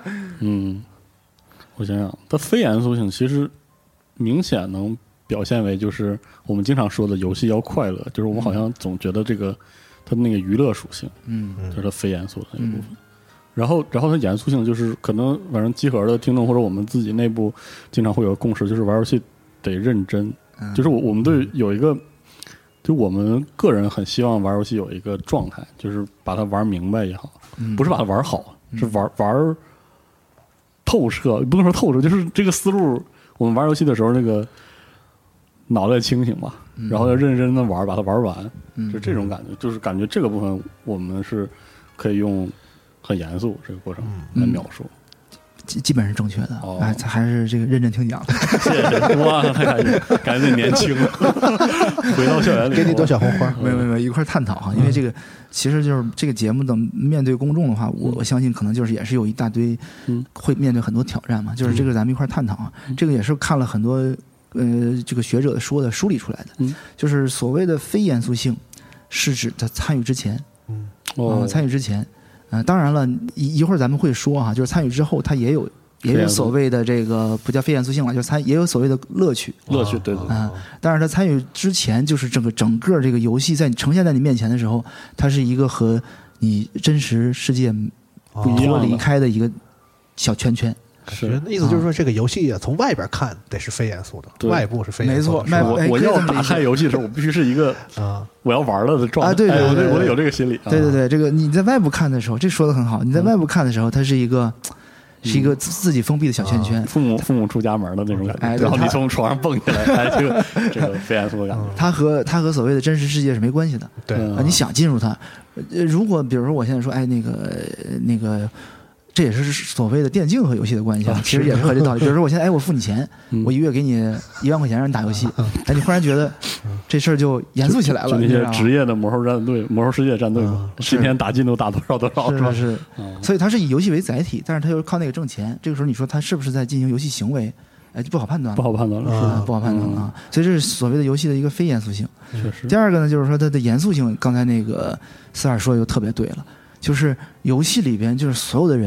我想想，它非严肃性其实明显能表现为就是我们经常说的游戏要快乐，就是我们好像总觉得这个它的那个娱乐属性，就是它非严肃的那一部分。然后它严肃性就是可能反正集合的听众或者我们自己内部经常会有共识，就是玩游戏得认真，就是我们对有一个，就我们个人很希望玩游戏有一个状态，就是把它玩明白也好，不是把它玩好，是玩透彻，不能说透彻，就是这个思路，我们玩游戏的时候那个脑袋清醒吧，然后要认真的玩，把它玩完，就这种感觉，就是感觉这个部分我们是可以用很严肃这个过程来描述。 基本是正确的，还是这个认真听讲。 谢谢，哇，太开心，感觉年轻了，回到校园里， 给你朵小红花， 没有，一块探讨哈，因为这个其实就是这个节目的面对公众的话，我相信可能就是也是有一大堆会面对很多挑战嘛，就是这个咱们一块探讨啊，这个也是看了很多这个学者说的梳理出来的，就是所谓的非严肃性是指他参与之前，参与之前。当然了，一会儿咱们会说哈，就是参与之后，它也有所谓的这个不叫非严肃性了，就是也有所谓的乐趣， 对但是它参与之前，就是整个这个游戏在呈现在你面前的时候，它是一个和你真实世界脱离开的一个小圈圈。 是，意思就是说，这个游戏啊，从外边看得是非严肃的，外部是非严肃的。 没错， 我要打开游戏的时候，我必须是一个我要玩了的状态。 对， 我得有这个心理。 对，这个你在外部看的时候，这说的很好。你在外部看的时候，它是一个自己封闭的小圈圈。 父母出家门的那种感觉，然后你从床上蹦起来，这个非严肃的感觉。 它和所谓的真实世界是没关系的。 对你想进入它，如果比如说我现在说，那个。这也是所谓的电竞和游戏的关系啊，其实也是和这道理。比如说，我现在我付你钱，我一月给你1万块钱让你打游戏，你忽然觉得这事儿就严肃起来了。 就那些职业的魔兽战队、魔兽世界战队嘛，今天打进度打多少是。所以它是以游戏为载体，但是它又靠那个挣钱。这个时候你说它是不是在进行游戏行为？就不好判断了， 不好判断了， 不好判断了啊。所以这是所谓的游戏的一个非严肃性。 确实。 第二个呢，就是说它的严肃性，刚才那个42说的就特别对了。就是游戏里边，就是所有的人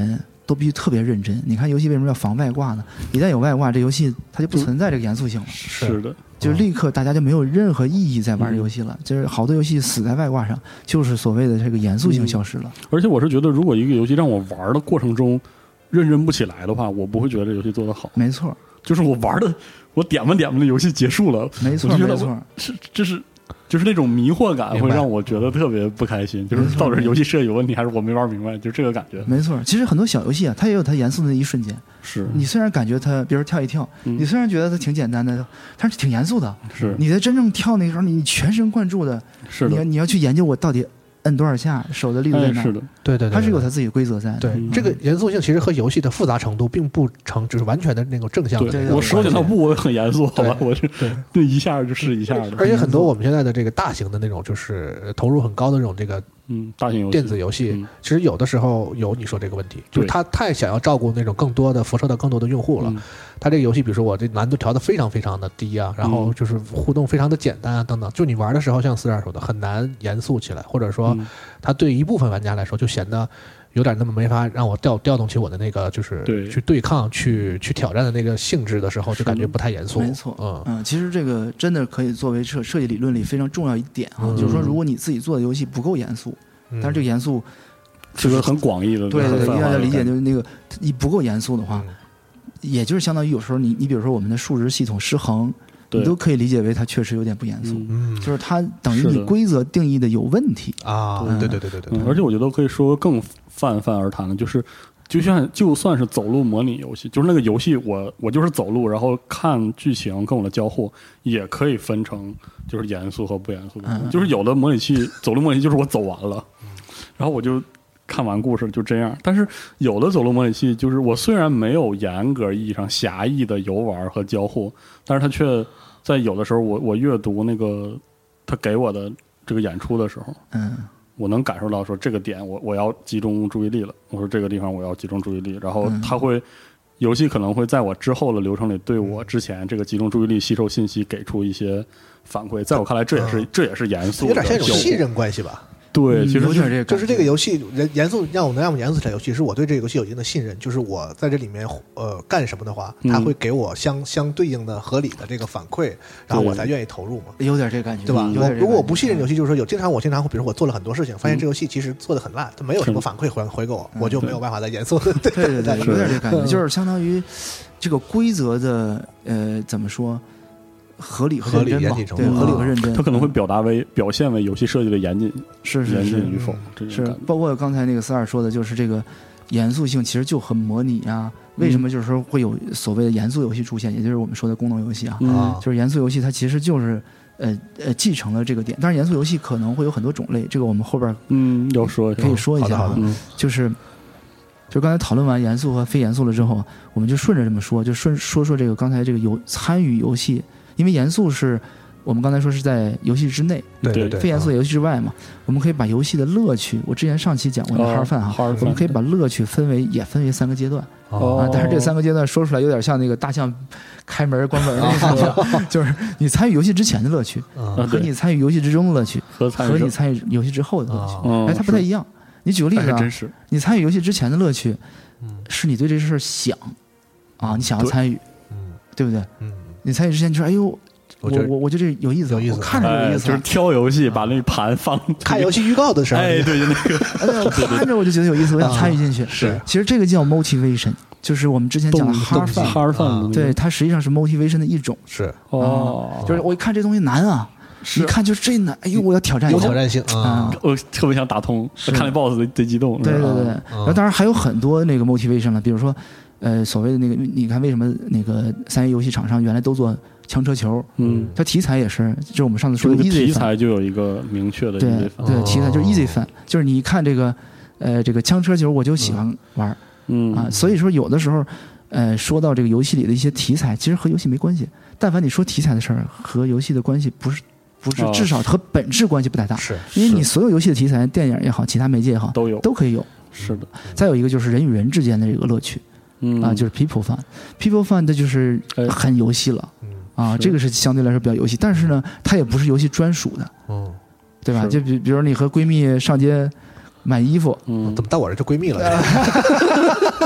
都必须特别认真。你看游戏为什么要防外挂呢？一旦有外挂，这游戏它就不存在这个严肃性了。 是的， 就是立刻大家就没有任何意义在玩游戏了。就是好多游戏死在外挂上，就是所谓的这个严肃性消失了。 而且我是觉得，如果一个游戏让我玩的过程中认真不起来的话，我不会觉得这游戏做得好。 没错， 就是我玩的，我点吧的游戏结束了， 没错，没错， 就是那种迷惑感会让我觉得特别不开心，就是到底是游戏设计有问题，还是我没玩明白，就这个感觉。 没错，其实很多小游戏啊，它也有它严肃的那一瞬间。 是你虽然感觉它，比如跳一跳，你虽然觉得它挺简单的，但是挺严肃的。 是你在真正跳那个时候，你全神贯注的， 是的， 你要去研究我到底摁多少下，手的力度在哪。 是的， 对， 它是有它自己的规则在。 对，这个严肃性其实和游戏的复杂程度并不成，就是完全的那种正向的。 我说起那部我很严肃，好吧，我就对一下就是一下的。 而且很多我们现在的这个大型的那种，就是投入很高的这种这个大型游戏电子游戏，其实有的时候有你说这个问题，就是他太想要照顾那种更多的辐射到更多的用户了。他这个游戏，比如说我这难度调得非常非常的低啊，然后就是互动非常的简单啊，等等，就你玩的时候，像42说的，很难严肃起来，或者说他对一部分玩家来说就显得有点那么没法让我调动起我的那个就是去对抗、去挑战的那个性质的时候，就感觉不太严肃。 没错，其实这个真的可以作为设计理论里非常重要一点啊，就是说如果你自己做的游戏不够严肃，但是这个严肃是个很广义的， 对，一定要理解，就是那个你不够严肃的话。也就是相当于有时候你比如说我们的数值系统失衡，你都可以理解为它确实有点不严肃，就是它等于你规则定义的有问题啊。对， 而且我觉得可以说更泛而谈的，就算是走路模拟游戏，就是那个游戏我就是走路，然后看剧情跟我的交互也可以分成就是严肃和不严肃的，就是有的模拟器走路模拟器就是我走完了，然后我就看完故事就这样，但是有的走路模拟器就是我虽然没有严格意义上狭义的游玩和交互，但是它却在有的时候我阅读那个他给我的这个演出的时候，我能感受到说这个点我要集中注意力了，我说这个地方我要集中注意力，然后它会游戏可能会在我之后的流程里对我之前这个集中注意力吸收信息给出一些反馈，在我看来这也是严肃的， 有点像一种信任关系吧。 对，其实就是这个游戏严肃，让我严肃起来游戏，是我对这个游戏有一定的信任，就是我在这里面干什么的话，它会给我相对应的合理的这个反馈，然后我才愿意投入嘛。 有点这感觉， 对吧？如果我不信任游戏，就是说我经常会，比如我做了很多事情，发现这游戏其实做的很烂，它没有什么反馈回给我，我就没有办法再严肃。 对，有点这感觉，就是相当于这个规则的怎么说？合理和认真嘛，对，合理和认真， 它可能会表现为游戏设计的严谨，严谨与否， 是包括刚才那个42说的，就是这个严肃性其实就很模拟啊。为什么就是说会有所谓的严肃游戏出现，也就是我们说的功能游戏啊，就是严肃游戏它其实就是继承了这个点。当然，严肃游戏可能会有很多种类，这个我们后边要说可以说一下，就是刚才讨论完严肃和非严肃了之后，我们就顺着这么说，就说这个刚才这个参与游戏。因为严肃是我们刚才说是在游戏之内， 对， 非严肃在游戏之外嘛。我们可以把游戏的乐趣，我之前上期讲过那哈尔饭哈，我们可以把乐趣分为3个阶段但是这3个阶段说出来有点像那个大象开门关门那个就是你参与游戏之前的乐趣和你参与游戏之中的乐趣和你参与游戏之后的乐趣，它不太一样。你举个例子啊，你参与游戏之前的乐趣是你对这事想你想要参与，对不对？你参与之前就说：“哎呦，我觉得这有意思，我看着有意思。” 就是挑游戏，把那盘放看游戏预告的时候， 对，就那个， 看着我就觉得有意思，我想参与进去。 是， 其实这个叫 motivation， 就是我们之前讲的哈尔饭，对，它实际上是 motivation 的一种。 是就是我一看这东西难啊，一看就是这难，哎呦，我要挑战一下， 有挑战性啊！ 我特别想打通，看那 boss 贼激动。 对。然后当然还有很多那个 motivation 了，比如说。所谓的那个，你看为什么那个3A 游戏厂商原来都做枪车球？它题材也是，就是我们上次说的 easy 题材就有一个明确的 easy fan， 对，题材就是 easy fan，就是你一看这个枪车球，我就喜欢玩，所以说有的时候，说到这个游戏里的一些题材，其实和游戏没关系。但凡你说题材的事儿，和游戏的关系不是，至少和本质关系不太大， 是因为你所有游戏的题材，电影也好，其他媒介也好，都可以有。 是的。 再有一个就是人与人之间的这个乐趣。就是 people fun 的就是很游戏了这个是相对来说比较游戏，但是呢它也不是游戏专属的对吧？就比如你和闺蜜上街买衣服， 怎么到我这就闺蜜了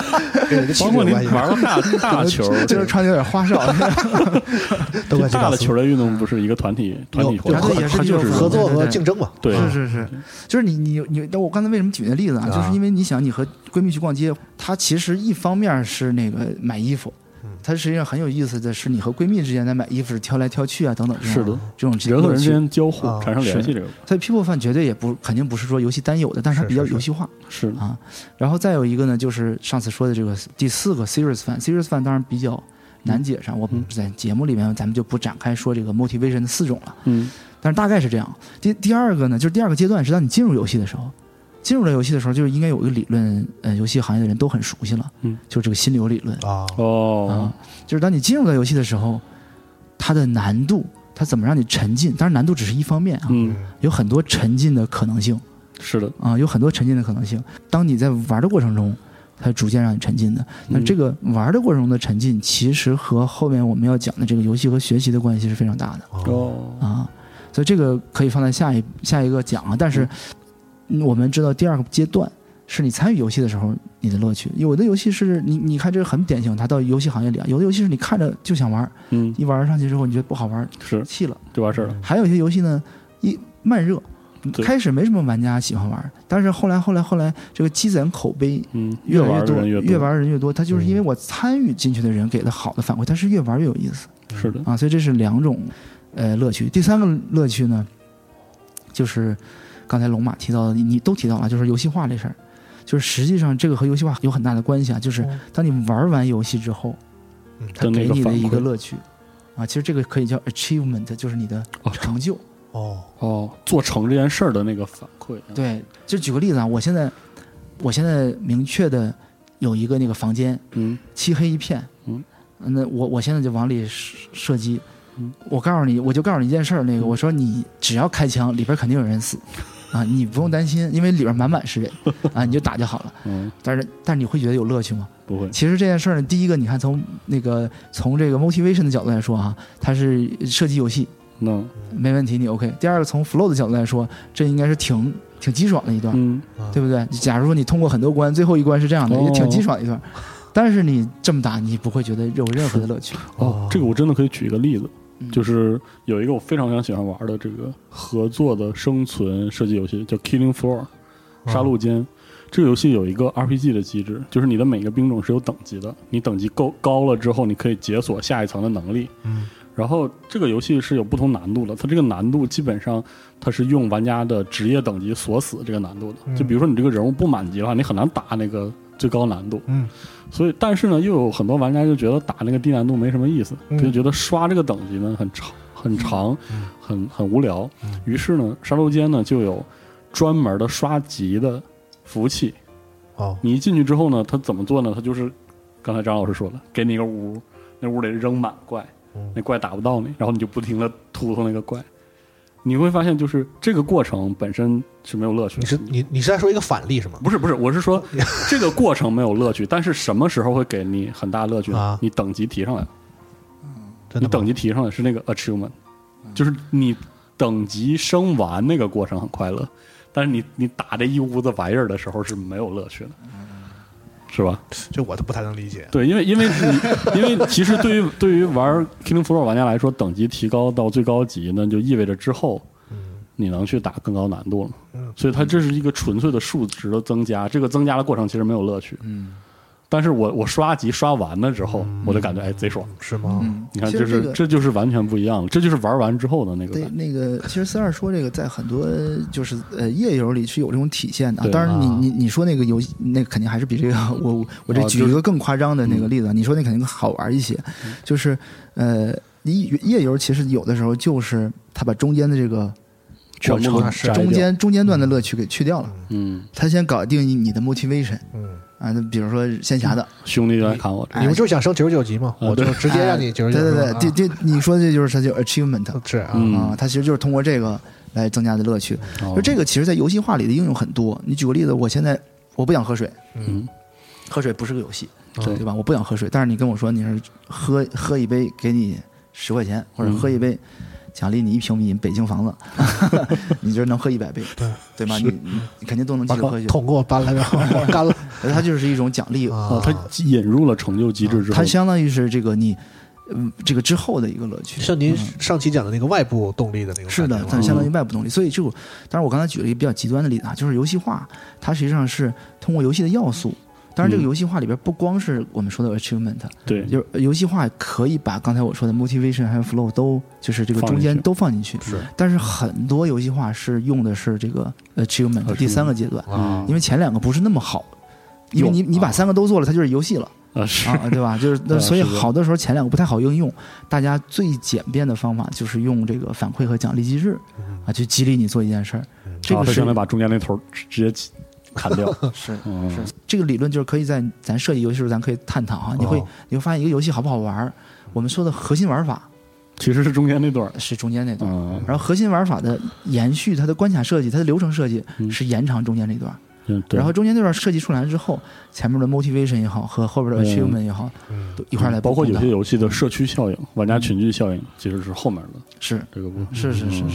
包括你玩到大球， 就是穿的有点花哨。 大的球类运动不是一个团体活动， 它就是合作和竞争嘛。 对， 是，就是你，我刚才为什么举那例子啊？就是因为你想，你和闺蜜去逛街，它其实一方面是那个买衣服。它实际上很有意思的是，你和闺蜜之间在买衣服是挑来挑去啊，等等。 是的， 这种人和人之间交互产生联系，这个。 所以 People Fan 绝对也肯定不是说游戏单有的，但是它比较游戏化。 是啊， 然后再有一个呢，就是上次说的这个第4个 Serious Fan。Serious Fan 当然比较难解释，我们在节目里面咱们就不展开说这个 motivation 的4种了。但是大概是这样。第二个呢，就是第2个阶段是当你进入游戏的时候。进入了游戏的时候，就是应该有一个理论，游戏行业的人都很熟悉了，就是这个心流理论就是当你进入到游戏的时候，它的难度，它怎么让你沉浸？当然，难度只是一方面啊，有很多沉浸的可能性。 是的有很多沉浸的可能性。当你在玩的过程中，它逐渐让你沉浸的。那这个玩的过程中的沉浸，其实和后面我们要讲的这个游戏和学习的关系是非常大的。所以这个可以放在下一个讲啊，但是。我们知道第2个阶段是你参与游戏的时候你的乐趣。有的游戏是你看这个很典型，它到游戏行业里啊，有的游戏是你看着就想玩，一玩上去之后你觉得不好玩， 是弃了就完事了。 还有一些游戏呢，慢热，开始没什么玩家喜欢玩，但是后来这个积攒口碑，越来越多，越玩人越多，它就是因为我参与进去的人给的好的反馈，它是越玩越有意思。 是的所以这是2种乐趣。第3个乐趣呢，就是刚才龙马提到的，你都提到了，就是游戏化这事儿，就是实际上这个和游戏化有很大的关系啊。就是当你玩完游戏之后，它给你的一个乐趣其实这个可以叫 achievement， 就是你的成就。 做成这件事儿的那个反馈。 对，就举个例子啊，我现在明确的有一个那个房间，漆黑一片，那我现在就往里射击。我就告诉你一件事儿，我说你只要开枪，里边肯定有人死。你不用担心，因为里边满是人你就打就好了。但是你会觉得有乐趣吗？ 不会。 其实这件事呢，第一个你看从这个 motivation 的角度来说它是射击游戏，没问题，你 OK。第2个从 flow 的角度来说，这应该是挺激爽的一段，对不对？假如说你通过很多关，最后一关是这样的，也挺激爽的一段。但是你这么打，你不会觉得有任何的乐趣。 这个我真的可以举一个例子。就是有一个我非常喜欢玩的这个合作的生存射击游戏，叫 Killing Floor 杀戮间。这个游戏有一个 RPG 的机制，就是你的每个兵种是有等级的，你等级够高了之后，你可以解锁下一层的能力。然后这个游戏是有不同难度的，它这个难度基本上它是用玩家的职业等级锁死这个难度的。就比如说你这个人物不满级的话，你很难打那个最高难度。所以但是呢，又有很多玩家就觉得打那个低难度没什么意思，就觉得刷这个等级呢很长，很无聊。于是呢，杀戮间呢就有专门的刷级的服务器。你一进去之后呢，它怎么做呢？它就是刚才张老师说的，给你一个屋，那屋里扔满怪，那怪打不到你，然后你就不停的突那个怪。你会发现，就是这个过程本身是没有乐趣的。 你是在说一个反例是吗？ 不是，我是说这个过程没有乐趣，但是什么时候会给你很大乐趣呢？你等级提上来了，你等级提上来是那个 achievement，就是你等级升完那个过程很快乐，但是你打这一屋子玩意儿的时候是没有乐趣的。是吧？ 这我都不太能理解。 对，因为其实对于玩 Killing Floor 玩家来说，等级提高到最高级，那就意味着之后你能去打更高难度了。所以它这是一个纯粹的数值的增加，这个增加的过程其实没有乐趣。但是我刷级刷完了之后，我就感觉贼爽， 是吗？ 你看，这就是完全不一样了，这就是玩完之后的那个感觉。 对，那个其实42说这个在很多就是页游里是有这种体现的。当然你说那个游戏那肯定还是比这个我这举一个更夸张的那个例子，你说那肯定好玩一些。就是你页游其实有的时候就是他把中间的这个过程中间段的乐趣给去掉了。他先搞定你的 motivation。那比如说仙侠的兄弟来看我， 你们就想升99级吗？我就直接让你99。 对，你说的这就是它叫 achievement， 是它其实就是通过这个来增加的乐趣。而这个其实在游戏化里的应用很多。你举个例子，我现在我不想喝水，喝水不是个游戏，对吧？我不想喝水，但是你跟我说你是喝一杯给你10块钱，或者喝一杯奖励你1平米北京房子，你就是能喝100杯，对吧？你肯定都能继续喝下去。 桶给我搬来，然后干了。 它就是一种奖励它引入了成就机制之后， 它相当于是这个你这个之后的一个乐趣， 像您上期讲的那个外部动力的那个， 是的，它相当于外部动力。所以这个，当然我刚才举了一个比较极端的例子啊，就是游戏化，它实际上是通过游戏的要素。当然，这个游戏化里边不光是我们说的 achievement， 对， 就是游戏化可以把刚才我说的 motivation 还有 flow 都就是这个中间都放进去。 是， 但是很多游戏化是用的是这个 achievement 第3个阶段，因为前2个不是那么好，因为你把3个都做了，它就是游戏了。对吧？就是所以好多时候前2个不太好应用，大家最简便的方法就是用这个反馈和奖励机制去激励你做一件事儿。这个是相当于把中间那头直接砍掉。 是这个理论就是可以在咱设计游戏的时候咱可以探讨哈。你会发现一个游戏好不好玩，我们说的核心玩法其实是中间那段， 是中间那段，然后核心玩法的延续，它的关卡设计，它的流程设计是延长中间那段。然后中间那段设计出来之后，前面的 motivation 也好和后边的 achievement 也好，都一块来。 包括有些游戏的社区效应、玩家群聚效应，其实是后面的。 是这个部分。 是，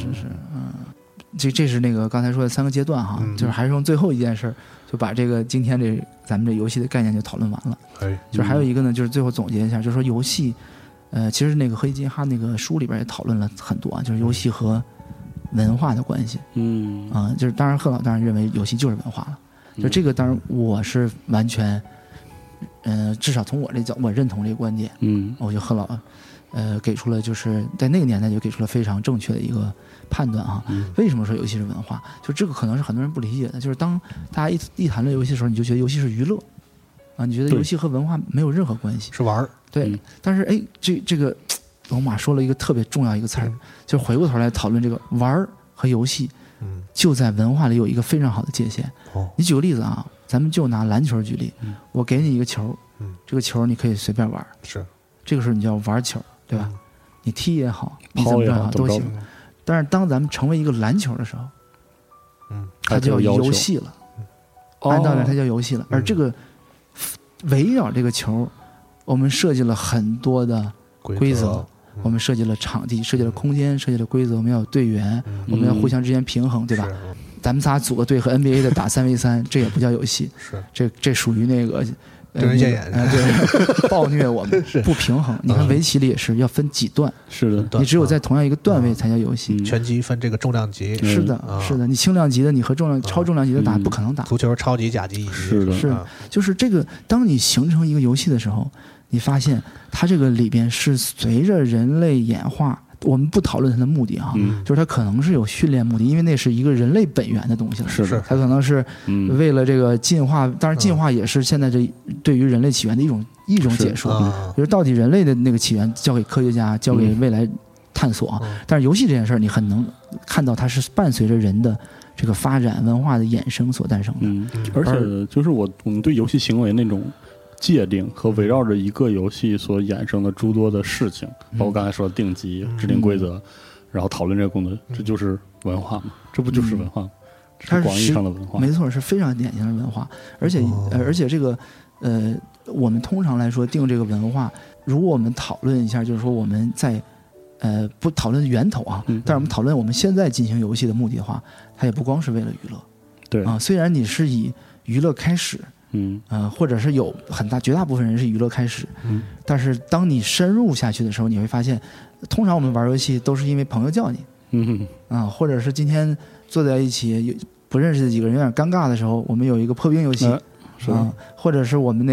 这是那个刚才说的3个阶段哈，就是还是用最后一件事就把这个今天咱们这游戏的概念就讨论完了。就是还有一个呢，就是最后总结一下，就是说游戏，其实那个黑金哈那个书里边也讨论了很多啊，就是游戏和文化的关系。就是当然贺老当然认为游戏就是文化了。就这个当然我是完全至少从我这角我认同这个观点。我觉得贺老给出了就是在那个年代就给出了非常正确的一个判断啊。为什么说游戏是文化？就这个可能是很多人不理解的，就是当大家一谈论游戏的时候，你就觉得游戏是娱乐啊，你觉得游戏和文化没有任何关系， 是玩儿。 对，但是这个龙马说了一个特别重要一个词儿，就回过头来讨论这个玩儿和游戏。就在文化里有一个非常好的界限。你举个例子啊，咱们就拿篮球举例，我给你一个球，这个球你可以随便玩， 是这个时候你叫玩球，对吧？你踢也好，你怎么着也好都行。但是当咱们成为一个篮球的时候，它就叫游戏了。按道理它叫游戏了。而这个围绕这个球，我们设计了很多的规则。我们设计了场地，设计了空间，设计了规则，我们要有队员，我们要互相之间平衡，对吧？咱们仨组个队和 NBA 的打3v3，这也不叫游戏，这属于那个真人现眼， 对，暴虐我们不平衡。你看围棋里也是要分几段， 是的， 你只有在同样一个段位才叫游戏。 拳击分这个重量级， 是的，是的，你轻量级的你和超重量级的打不可能打。 足球超级、甲级、乙级， 是的， 就是这个。当你形成一个游戏的时候，你发现它这个里边是随着人类演化，我们不讨论它的目的啊，就是它可能是有训练目的，因为那是一个人类本源的东西了。 是的， 它可能是为了这个进化，当然进化也是现在这对于人类起源的一种解说，就是到底人类的那个起源交给科学家，交给未来探索啊。但是游戏这件事儿，你很能看到它是伴随着人的这个发展、文化的衍生所诞生的。 而且就是我们对游戏行为那种界定和围绕着一个游戏所衍生的诸多的事情，包括刚才说的定级、制定规则，然后讨论这个功能，这就是文化吗？这不就是文化吗？ 它是广义上的文化， 没错，是非常典型的文化。而且这个我们通常来说定这个文化，如果我们讨论一下，就是说我们在不讨论源头啊，但是我们讨论我们现在进行游戏的目的的话，它也不光是为了娱乐。 对啊，虽然你是以娱乐开始。或者是有绝大部分人是娱乐开始，但是当你深入下去的时候，你会发现，通常我们玩游戏都是因为朋友叫你，或者是今天坐在一起不认识的几个人有点尴尬的时候，我们有一个破冰游戏，或者是我们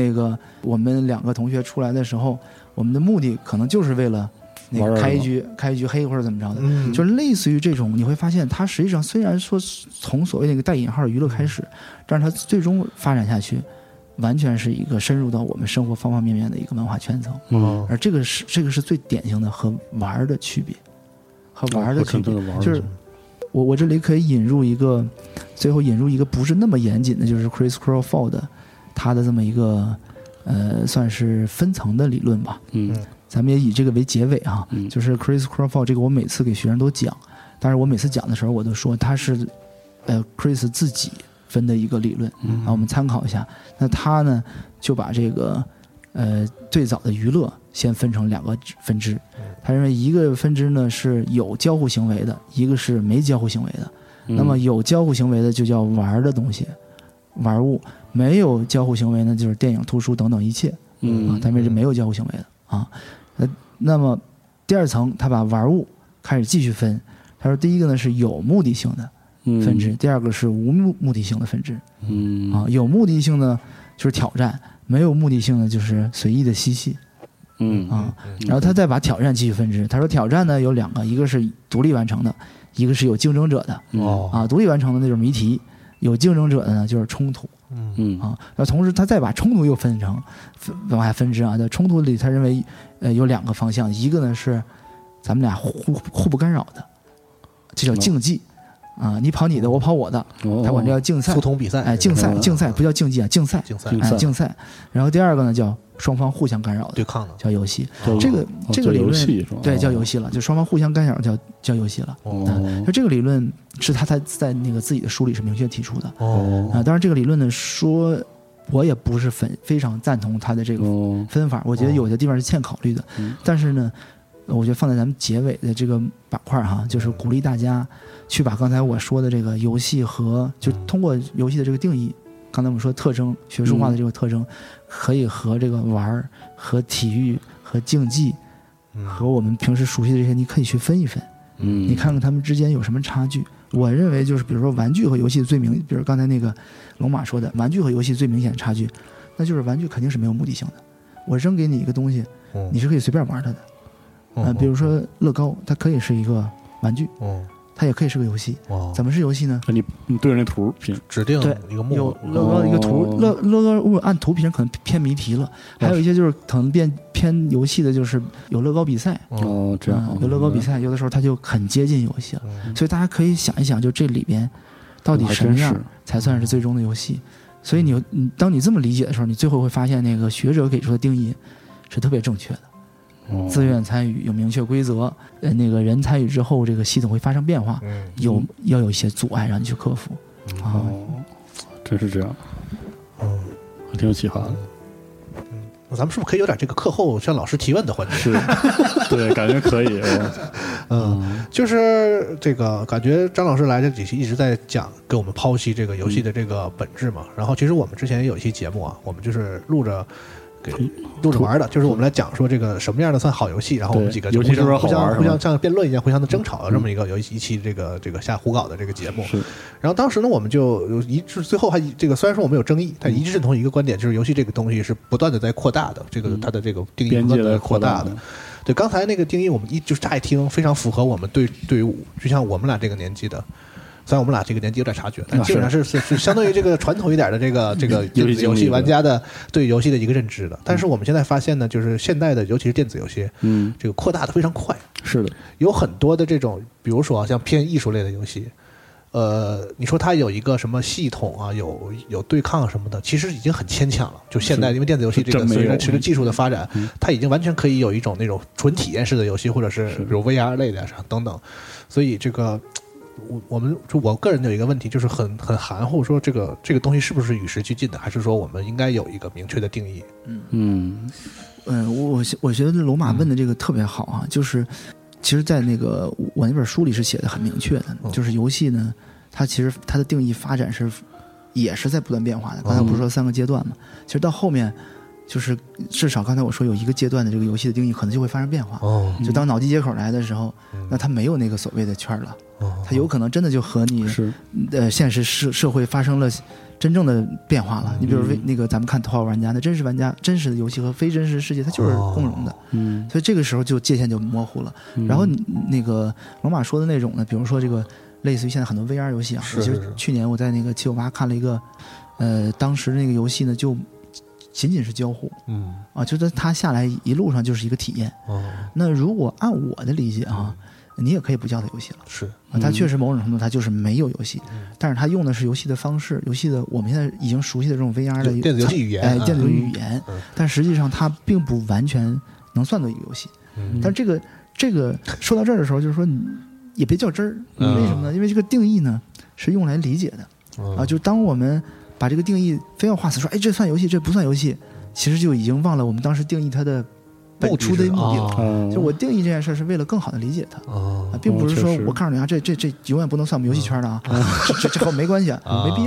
2个同学出来的时候，我们的目的可能就是为了那个开一局黑或者怎么着的，就是类似于这种，你会发现它实际上虽然说从所谓那个带引号的娱乐开始，但是它最终发展下去，完全是一个深入到我们生活方方面面的一个文化圈层。而这个是最典型的和玩的区别，就是我这里可以最后引入一个不是那么严谨的，就是 Chris Crawford 他的这么一个算是分层的理论吧。咱们也以这个为结尾啊，就是 Chris Crawford 这个我每次给学生都讲，但是我每次讲的时候我都说他是Chris 自己分的一个理论，然后我们参考一下。那他呢就把这个最早的娱乐先分成2个分支，他认为一个分支呢是有交互行为的，一个是没交互行为的。那么有交互行为的就叫玩的东西， 玩物，没有交互行为呢，就是电影、图书等等一切。他们是没有交互行为的啊。那么第二层，他把玩物开始继续分。他说，第一个呢是有目的性的分支，第二个是无目的性的分支。有目的性呢就是挑战，没有目的性的就是随意的嬉戏。然后他再把挑战继续分支。他说，挑战呢有两个，一个是独立完成的，一个是有竞争者的。独立完成的那就是谜题，有竞争者的呢就是冲突。然后同时他再把冲突又往下分支啊。在冲突里，他认为有两个方向，一个呢是咱们俩互不干扰的，这叫竞技。你跑你的，我跑我的，他管这叫竞赛， 互通比赛。 竞赛不叫竞技啊，竞赛。然后第二个呢叫双方互相干扰的， 对抗的， 叫游戏。这个理论对叫游戏了，就双方互相干扰叫游戏了。就这个理论是他在那个自己的书里是明确提出的。当然这个理论呢说，我也不是非常赞同他的这个分法，我觉得有些地方是欠考虑的。但是呢，我觉得放在咱们结尾的这个板块哈，就是鼓励大家去把刚才我说的这个游戏和就通过游戏的这个定义，刚才我们说特征学术化的这个特征，可以和这个玩和体育和竞技和我们平时熟悉的这些，你可以去分一分。你看看他们之间有什么差距。我认为就是比如说玩具和游戏最比如刚才那个龙马说的，玩具和游戏最明显的差距，那就是玩具肯定是没有目的性的，我扔给你一个东西，你是可以随便玩它的。比如说乐高，它可以是一个玩具，它也可以是个游戏。怎么是游戏呢？ 你对着那图品指定一个有乐高的一个图，乐高按图品可能偏谜题了，还有一些就是可能偏游戏的，就是有乐高比赛。 这样有乐高比赛，有的时候它就很接近游戏了。所以大家可以想一想，就这里边到底什么样才算是最终的游戏？所以当你这么理解的时候，你最后会发现那个学者给出的定义是特别正确的。自愿参与，有明确规则，那个人参与之后，这个系统会发生变化，要有一些阻碍让你去克服。 真是这样，还挺有启发的。 咱们是不是可以有点这个课后向老师提问的环节？ 是，对，感觉可以。 就是这个感觉张老师来这几期一直在给我们剖析这个游戏的这个本质嘛。然后其实我们之前也有一期节目啊，我们就是录着玩的，就是我们来讲说这个什么样的算好游戏，然后我们几个就互相像辩论一样，互相的争吵的这么一期这个下胡搞的这个节目。然后当时呢，我们就一致最后还这个虽然说我们有争议，但一致认同一个观点，就是游戏这个东西是不断的在扩大的，这个它的这个定义不断的扩大的。对，刚才那个定义我们就是乍一听非常符合我们对于就像我们俩这个年纪的。虽然我们俩这个年纪有点差距，但基本上是相对于这个传统一点的这个电子游戏玩家的对游戏的一个认知的。但是我们现在发现呢，就是现代的尤其是电子游戏，这个扩大的非常快。 是的， 有很多的这种，比如说像偏艺术类的游戏，你说它有一个什么系统啊，有对抗什么的，其实已经很牵强了。就现在因为电子游戏这个随着技术的发展，它已经完全可以有一种那种纯体验式的游戏，或者是比如 VR 类的等等。所以这个。我个人有一个问题，就是很含糊，说这个东西是不是与时俱进的，还是说我们应该有一个明确的定义？ 我觉得罗马问的这个特别好啊，就是其实，在那个我那本书里是写的很明确的，就是游戏呢，它其实它的定义发展也是在不断变化的。刚才不是说3个阶段嘛？其实到后面。就是至少刚才我说有一个阶段的这个游戏的定义可能就会发生变化。就当脑机接口来的时候，那它没有那个所谓的圈了，它有可能真的就和你现实社会发生了真正的变化了。你比如那个咱们看头号玩家，那真实玩家真实的游戏和非真实世界它就是共融的。所以这个时候就界限就模糊了。然后那个龙马说的那种呢，比如说这个类似于现在很多 VR 游戏啊，其实去年我在那个798看了一个当时那个游戏呢就仅仅是交互，就是它下来一路上就是一个体验。那如果按我的理解啊，你也可以不叫它游戏了。 是它确实某种程度它就是没有游戏，但是它用的是游戏的方式，游戏的我们现在已经熟悉的这种 VR 的电子游戏语言， 电子语言，但实际上它并不完全能算作一个游戏。但这个说到这儿的时候，就是说你也别较真儿，为什么呢？因为这个定义呢是用来理解的就当我们把这个定义非要画死，说这算游戏，这不算游戏，其实就已经忘了我们当时定义它的本初的目的了。就我定义这件事是为了更好的理解它，并不是说我告诉你这永远不能算我们游戏圈的啊，这和我没关系，没必要。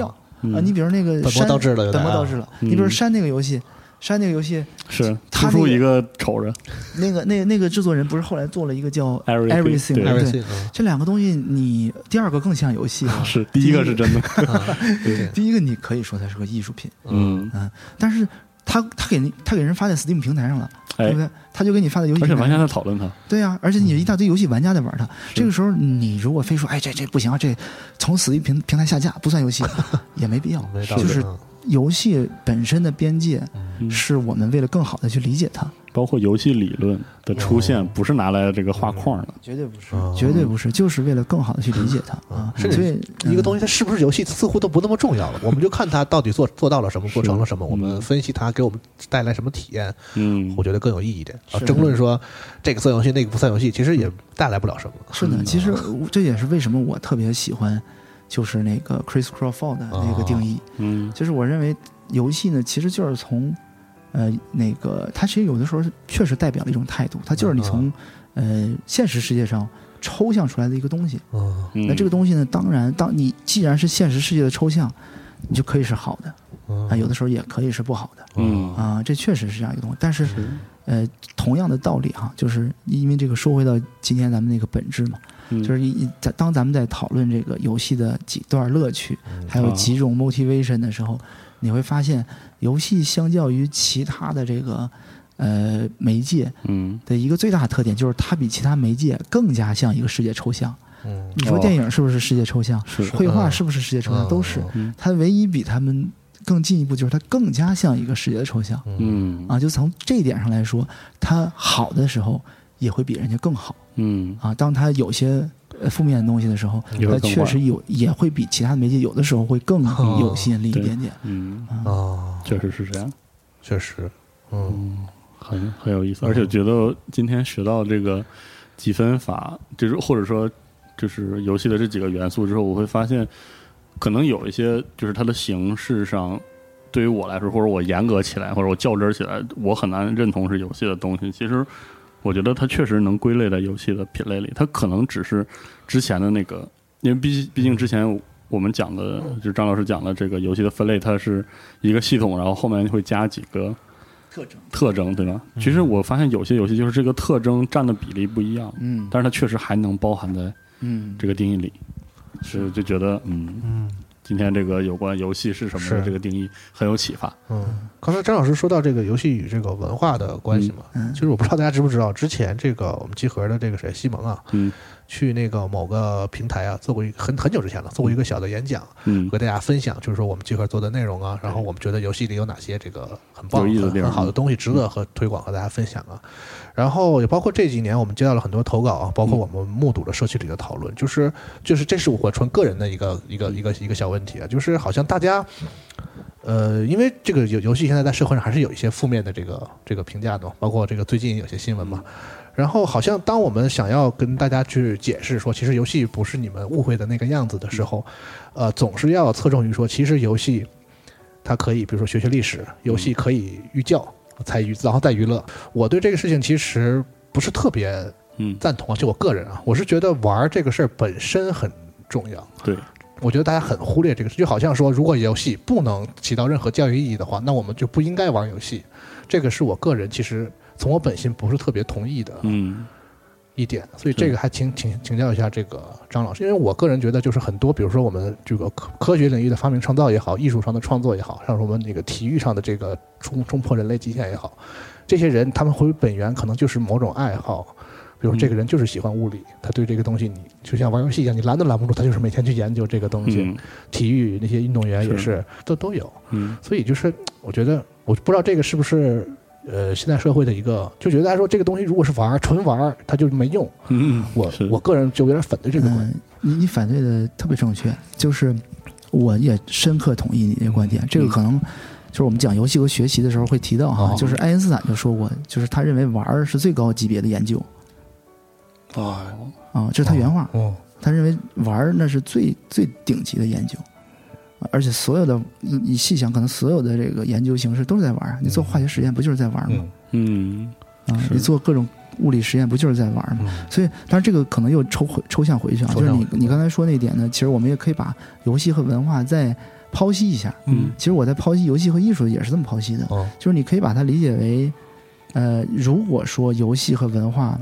你比如那个本末倒置了， 本末倒置了。你比如删那个游戏。删那个游戏是突出一个瞅着， 那个制作人不是后来做了一个叫 Everything， 对，这两个东西，你第二个更像游戏， 是第一个是真的， 第一个你可以说它是个艺术品，但是他给人发在 Steam 平台上了，对不对？他就给你发在游戏平台， 而且玩家在讨论它， 对呀，而且你有一大堆游戏玩家在玩它，这个时候你如果非说这不行，这从 Steam 平台下架不算游戏，也没必要，就是。游戏本身的边界是我们为了更好的去理解它， 包括游戏理论的出现不是拿来这个画框的， 绝对不是，绝对不是，就是为了更好的去理解它啊。 所以一个东西它是不是游戏似乎都不那么重要了，我们就看它到底做到了什么，做成了什么，我们分析它给我们带来什么体验，我觉得更有意义一点。争论说这个算游戏那个不算游戏，其实也带来不了什么。 是的，其实这也是为什么我特别喜欢。就是那个 Chris Crawford 的那个定义，就是我认为游戏呢，其实就是从那个它其实有的时候确实代表了一种态度，它就是你从现实世界上抽象出来的一个东西。那这个东西呢，当然，当你既然是现实世界的抽象，你就可以是好的，有的时候也可以是不好的，这确实是这样一个东西。但是同样的道理哈，就是因为这个说回到今天咱们那个本质嘛。就是当咱们在讨论这个游戏的几段乐趣，还有几种 motivation 的时候，你会发现，游戏相较于其他的这个媒介，的一个最大的特点就是它比其他媒介更加像一个世界抽象。你说电影是不是世界抽象？绘画是不是世界抽象？都是。它唯一比他们更进一步，就是它更加像一个世界的抽象。就从这一点上来说，它好的时候也会比人家更好。当它有些负面的东西的时候，它确实也会比其他的媒介有的时候会更有吸引力一点点。 确实是这样， 确实， 很有意思。而且觉得今天学到这个积分法，就是或者说就是游戏的这几个元素之后，我会发现，可能有一些就是它的形式上，对于我来说，或者我严格起来，或者我较真起来，我很难认同是游戏的东西。其实。我觉得它确实能归类在游戏的品类里，它可能只是之前的那个，因为毕竟之前我们讲的，就是张老师讲的这个游戏的分类，它是一个系统，然后后面会加几个特征，对吧？其实我发现有些游戏就是这个特征占的比例不一样，但是它确实还能包含在这个定义里，是就觉得今天这个有关游戏是什么的这个定义很有启发。 刚才张老师说到这个游戏与这个文化的关系嘛，其实我不知道大家知不知道，之前这个我们集合的这个谁西蒙啊，去那个某个平台啊做过很久之前了，做过一个小的演讲，和大家分享，就是说我们集合做的内容啊，然后我们觉得游戏里有哪些这个很棒很好的东西值得和推广和大家分享啊。然后也包括这几年我们接到了很多投稿啊，包括我们目睹了社区里的讨论，就是这是我纯个人的一个小问题啊，就是好像大家因为这个游戏现在在社会上还是有一些负面的这个评价的，包括这个最近有些新闻嘛。然后好像当我们想要跟大家去解释说，其实游戏不是你们误会的那个样子的时候，总是要侧重于说，其实游戏它可以，比如说学历史，游戏可以寓教。然后再娱乐，我对这个事情其实不是特别赞同啊，就我个人啊，我是觉得玩这个事儿本身很重要。 对， 我觉得大家很忽略这个事，就好像说，如果游戏不能起到任何教育意义的话，那我们就不应该玩游戏。这个是我个人其实从我本心不是特别同意的。一点，所以这个还请教一下这个张老师，因为我个人觉得就是很多，比如说我们这个科学领域的发明创造也好，艺术上的创作也好，像我们那个体育上的这个冲破人类极限也好，这些人他们回本源可能就是某种爱好，比如这个人就是喜欢物理，他对这个东西你就像玩游戏一样，你拦都拦不住，他就是每天去研究这个东西。体育那些运动员也是都有。所以就是我觉得我不知道这个是不是。现在社会的一个就觉得大家说这个东西如果是纯玩它就没用。我个人就有点反对这个观点。 你反对的特别正确，就是我也深刻同意你这个观点。这个可能就是我们讲游戏和学习的时候会提到哈，就是爱因斯坦就说过，就是他认为玩是最高级别的研究。这是他原话。他认为玩那是最顶级的研究。而且所有的你细想，可能所有的这个研究形式都是在玩。你做化学实验不就是在玩吗？你做各种物理实验不就是在玩吗？所以当然这个可能又抽象回去啊，就是你刚才说那一点呢，其实我们也可以把游戏和文化再剖析一下。其实我在剖析游戏和艺术也是这么剖析的，就是你可以把它理解为，如果说游戏和文化，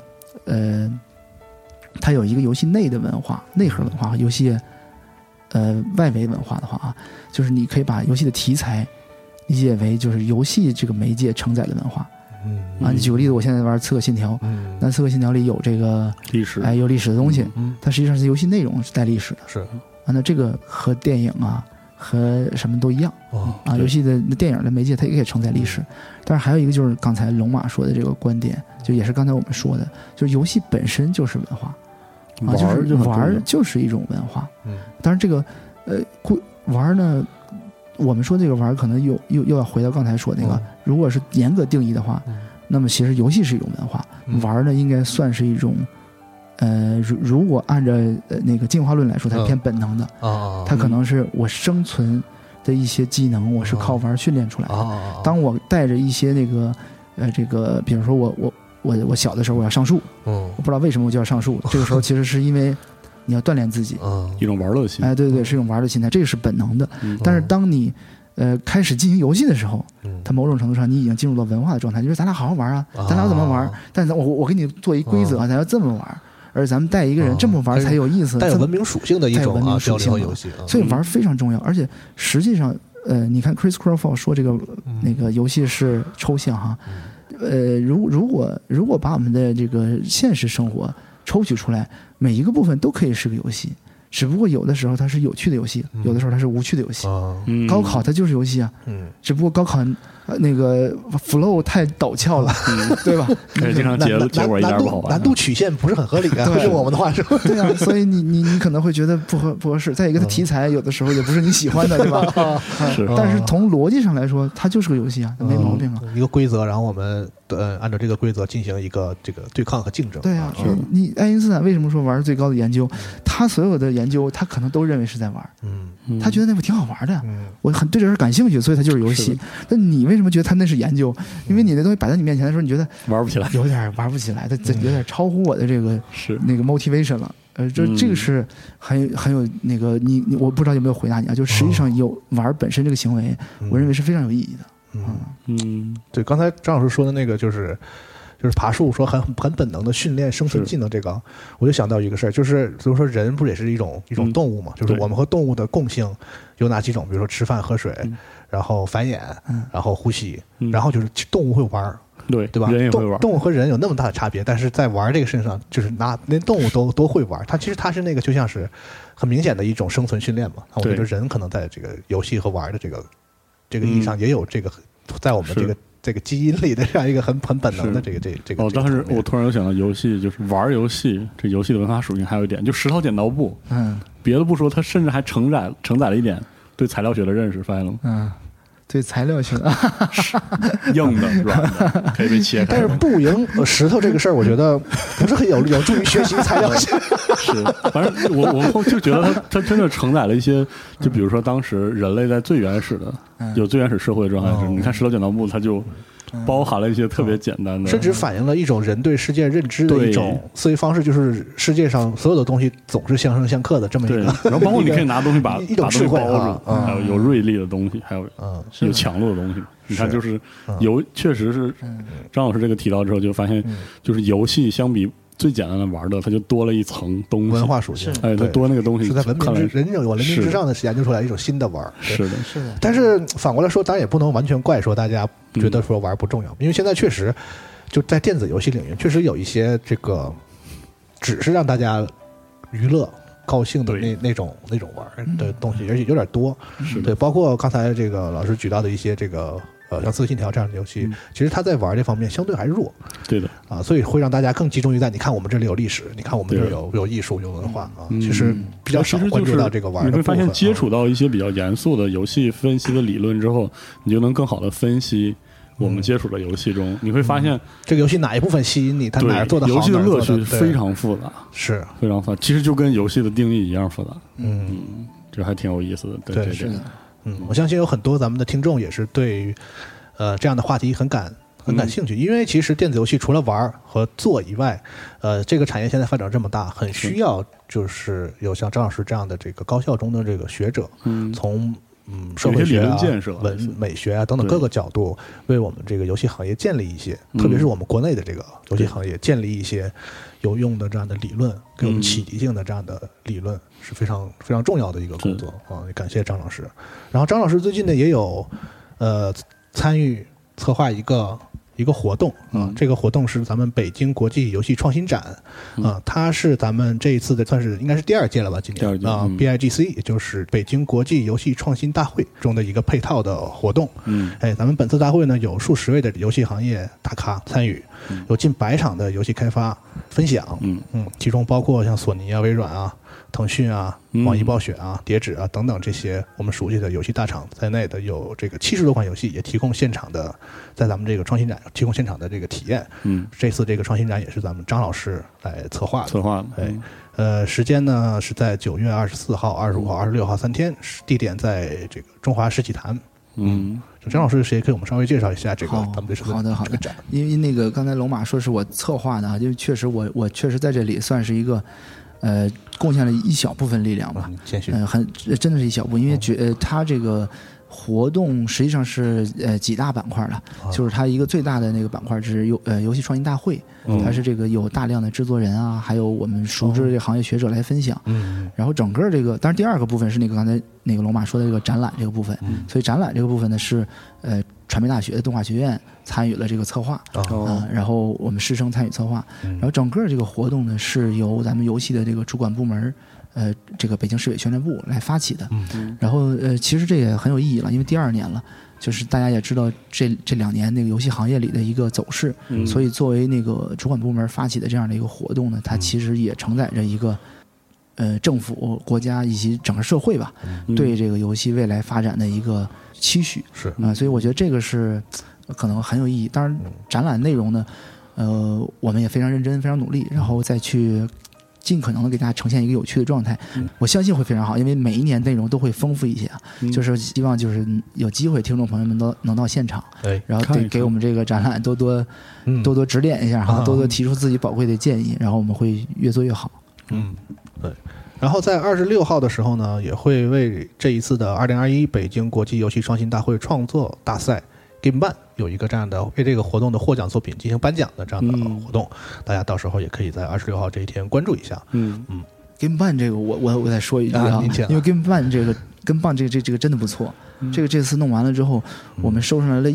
它有一个游戏内的文化、内核文化和游戏外围文化的话啊，就是你可以把游戏的题材理解为就是游戏这个媒介承载的文化。你举个例子，我现在玩《刺客信条》，那《刺客信条》里有这个历史， 有历史的东西，它实际上是游戏内容是带历史的， 是那这个和电影啊和什么都一样游戏的电影的媒介它也可以承载历史，但是还有一个就是刚才龙马说的这个观点，就也是刚才我们说的，就是游戏本身就是文化就是玩就是一种文化。当然这个玩呢，我们说这个玩可能又要回到刚才说那个，如果是严格定义的话，那么其实游戏是一种文化，玩呢应该算是一种如果按照那个进化论来说，它是偏本能的它可能是我生存的一些技能，我是靠玩训练出来的。当我带着一些那个这个，比如说我小的时候我要上树，我不知道为什么我就要上树，这个时候其实是因为你要锻炼自己， 一种玩乐心。 对对，是一种玩的心态，这个是本能的。但是当你开始进行游戏的时候，它某种程度上你已经进入到文化的状态，就是咱俩好好玩啊，咱俩怎么玩？但是我给你做一规则，咱要这么玩。而咱们带一个人这么玩才有意思， 带有文明属性的一种交流游戏， 所以玩非常重要。而且实际上，你看 Chris Crawford 说这个那个游戏是抽象哈，如果把我们的这个现实生活抽取出来，每一个部分都可以是个游戏，只不过有的时候它是有趣的游戏，有的时候它是无趣的游戏。高考它就是游戏啊，只不过高考那个 flow 太陡峭了，对吧？ 经常结果一点不好玩， 难度曲线不是很合理啊，用我们的话说。 对啊，所以你可能会觉得不合适。再一个，它题材有的时候也不是你喜欢的，对吧？ 是。 但是从逻辑上来说，它就是个游戏啊，没毛病啊。 一个规则，然后我们按照这个规则进行一个这个对抗和竞争。 对啊，你爱因斯坦为什么说玩最高的研究？他所有的研究，他可能都认为是在玩。他觉得那挺好玩的，我很对这事感兴趣，所以他就是游戏。那你为什么觉得他那是研究？因为你那东西摆在你面前的时候，你觉得玩不起来， 有点玩不起来，它有点超乎我的这个那个 motivation 了。这个是很有那个我不知道有没有回答你啊？就实际上有玩本身这个行为，我认为是非常有意义的。 对，刚才张老师说的那个就是爬树，说很本能的训练生存技能，这个我就想到一个事儿，就是比如说人不也是一种动物嘛？就是我们和动物的共性有哪几种？比如说吃饭、喝水，然后繁衍，然后呼吸，然后就是动物会玩，对吧？ 人也会玩。 动物和人有那么大的差别，但是在玩这个身上，就是连动物都会玩。它其实是那个就像是很明显的一种生存训练嘛。我觉得人可能在这个游戏和玩的这个意义上也有这个在我们这个基因里的这样一个很本能的这个。 当时我突然有想到，游戏就是玩游戏，这游戏的文化属性还有一点，就石头剪刀布。别的不说，它甚至还承载了一点对材料学的认识，发现了吗？ 对材料学硬的、软的可以被切开。 但是不赢石头这个事儿，我觉得不是很有助于学习材料学。 是，反正我就觉得它真的承载了一些，就比如说当时人类在最原始的有最原始社会的状态时，你看石头剪刀布，它就包含了一些特别简单的， 甚至反映了一种人对世界认知的一种思维方式，就是世界上所有的东西总是相生相克的这么一个。 然后包括你可以拿东西把一种智慧包住，还有锐利的东西，还有有强度的东西。你看，就是确实是张老师这个提到之后，就发现就是游戏相比最简单的玩的，它就多了一层东西， 文化属性。 它多那个东西是在文明之上的研究出来一种新的玩。 是的。 但是反过来说，当然也不能完全怪说大家觉得说玩不重要，因为现在确实就在电子游戏领域，确实有一些这个只是让大家娱乐高兴的那种玩的东西，而且有点多。对，包括刚才这个老师举到的一些这个像《刺客信条》这样的游戏，其实他在玩这方面相对还弱。 对的所以会让大家更集中于在你看我们这里有历史，你看我们这里有艺术有文化其实比较少关注到这个玩的部分。 你会发现接触到一些比较严肃的游戏分析的理论之后，你就能更好的分析我们接触的游戏中，你会发现这个游戏哪一部分吸引你，它哪儿做的好， 游戏的乐趣非常复杂， 是非常复杂，其实就跟游戏的定义一样复杂。这还挺有意思的。对， 是的。 我相信有很多咱们的听众也是对于这样的话题很感兴趣，因为其实电子游戏除了玩和做以外，这个产业现在发展这么大，很需要就是有像张老师这样的这个高校中的这个学者，从社会学啊、 建设、 美学啊等等各个角度，为我们这个游戏行业建立一些，特别是我们国内的这个游戏行业建立一些有用的这样的理论，给我们启迪性的这样的理论，是非常非常重要的一个工作啊！也感谢张老师。然后张老师最近呢也有参与策划一个活动啊，这个活动是咱们北京国际游戏创新展啊，它是咱们这一次的算是应该是第2届了吧，今年啊 BIGC 也就是北京国际游戏创新大会中的一个配套的活动。咱们本次大会呢有数十位的游戏行业大咖参与，有近100场的游戏开发分享，其中包括像索尼啊、微软啊、腾讯啊、网易暴雪啊、叠纸啊等等这些我们熟悉的游戏大厂在内的有这个70多款游戏也提供现场的，在咱们这个创新展提供现场的这个体验。这次这个创新展也是咱们张老师来策划的。时间呢是在9月24号、25号、26号3天，地点在这个中华世纪坛。张老师谁给我们稍微介绍一下这个咱们这次的这个展？ 因为那个刚才龙马说是我策划的，因为确实我确实在这里算是一个贡献了一小部分力量吧，真的是一小部分，因为他这个活动实际上是几大板块了，就是它一个最大的那个板块是游戏创新大会，它是这个有大量的制作人啊，还有我们熟知的这个行业学者来分享。然后整个这个，当然第2个部分是那个刚才那个龙马说的这个展览这个部分，所以展览这个部分呢是传媒大学的动画学院参与了这个策划然后我们师生参与策划，然后整个这个活动呢是由咱们游戏的这个主管部门这个北京市委宣传部来发起的。然后其实这也很有意义了，因为第2年了，就是大家也知道这2年那个游戏行业里的一个走势，所以作为那个主管部门发起的这样的一个活动呢，它其实也承载着一个政府、国家以及整个社会吧，对这个游戏未来发展的一个期许。所以我觉得这个是可能很有意义。当然，展览内容呢，我们也非常认真、非常努力，然后再去尽可能的给大家呈现一个有趣的状态。我相信会非常好，因为每一年内容都会丰富一些，就是希望就是有机会听众朋友们都能到现场，然后给我们这个展览多多指点一下哈，多多提出自己宝贵的建议，然后我们会越做越好。 对。然后在26号的时候呢，也会为这一次的2021北京国际游戏创新大会创作大赛 GameBan 有一个这样的为这个活动的获奖作品进行颁奖的这样的活动，大家到时候也可以在26号这一天关注一下。 GameBan 这个我再说一句啊，因为 GameBan 这个跟棒这个真的不错。这次弄完了之后，我们收上来了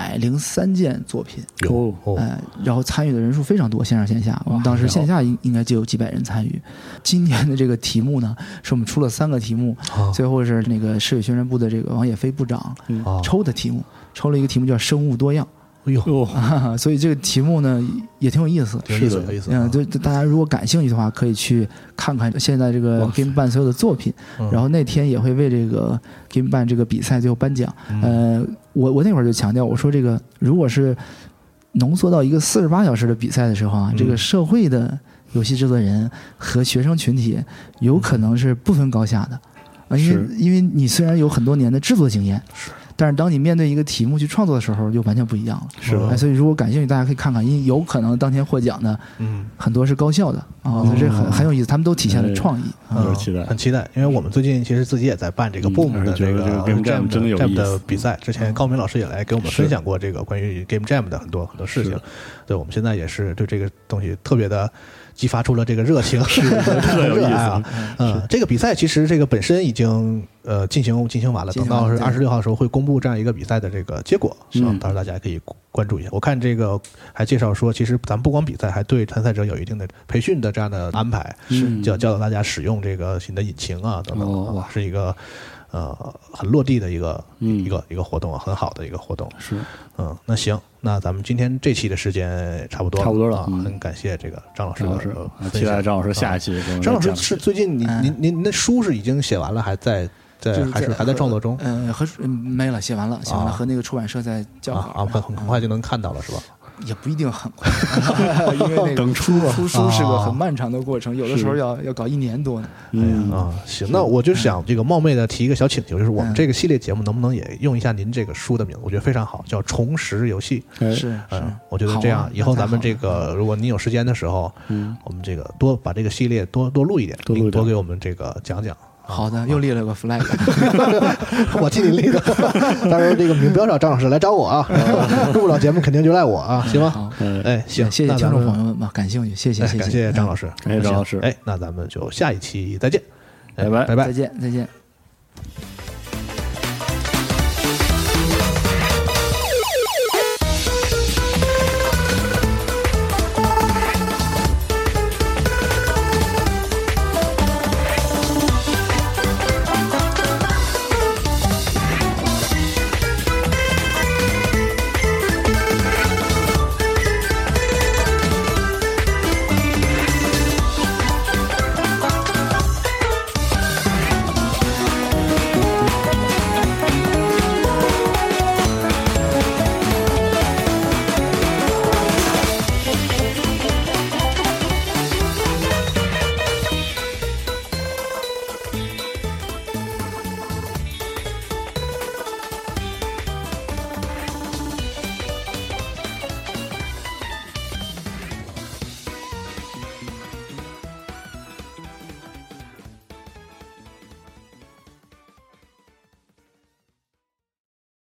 103件作品，然后参与的人数非常多，线上线下，我们当时线下应该就有几百人参与。今年的这个题目呢，是我们出了3个题目，最后是那个市委宣传部的这个王野飞部长抽的题目，抽了一个题目叫生物多样。所以这个题目呢也挺有意思， 是的，有意思。 就大家如果感兴趣的话，可以去看看现在这个 GameBan 所有的作品，然后那天也会为这个 GameBan 这个比赛最后颁奖。我那会儿就强调，我说这个如果是浓缩到一个48小时的比赛的时候啊，这个社会的游戏制作人和学生群体有可能是不分高下的因为你虽然有很多年的制作经验，但是当你面对一个题目去创作的时候，就完全不一样了。 是的， 所以如果感兴趣，大家可以看看，因为有可能当天获奖的，很多是高校的这很有意思，他们都体现了创意， 很期待。因为我们最近其实自己也在办这个 Boom 的这个 Game Jam 的比赛，之前高明老师也来给我们分享过这个关于 Game Jam 的很多事情。对，我们现在也是对这个东西特别的激发出了这个热情， 特有意思啊！ 这个比赛其实这个本身已经进行完了，等到是26号的时候会公布这样一个比赛的这个结果，希望到时候大家可以关注一下。我看这个还介绍说，其实咱们不光比赛，还对参赛者有一定的培训的这样的安排，教导大家使用这个新的引擎啊等等，是一个很落地的一个活动啊，很好的一个活动。 是， 那行，那咱们今天这期的时间差不多了，很感谢这个张老师期待张老师下一期。 张老师是最近您那书是已经写完了，还在还在创作中？ 没了，写完了，和那个出版社在校稿很快就能看到了，是吧？ 也不一定很快，因为那个等出书是个很漫长的过程，有的时候要搞1年多呢。 行，那我就想这个冒昧的提一个小请求，就是我们这个系列节目能不能也用一下您这个书的名字？我觉得非常好，叫《重拾游戏》。 是， 我觉得这样以后咱们这个，如果您有时间的时候，我们这个多把这个系列多录一点，多给我们这个讲讲。 好的，又立了个 flag， 我替你立的。到时候这个名标上，张老师来找我啊，录不了节目肯定就赖我啊，行吗？哎，行， 谢谢听众朋友们吧，感兴趣，谢谢， 感谢张老师， 感谢张老师。 哎，那咱们就下一期再见， 拜拜， 再见。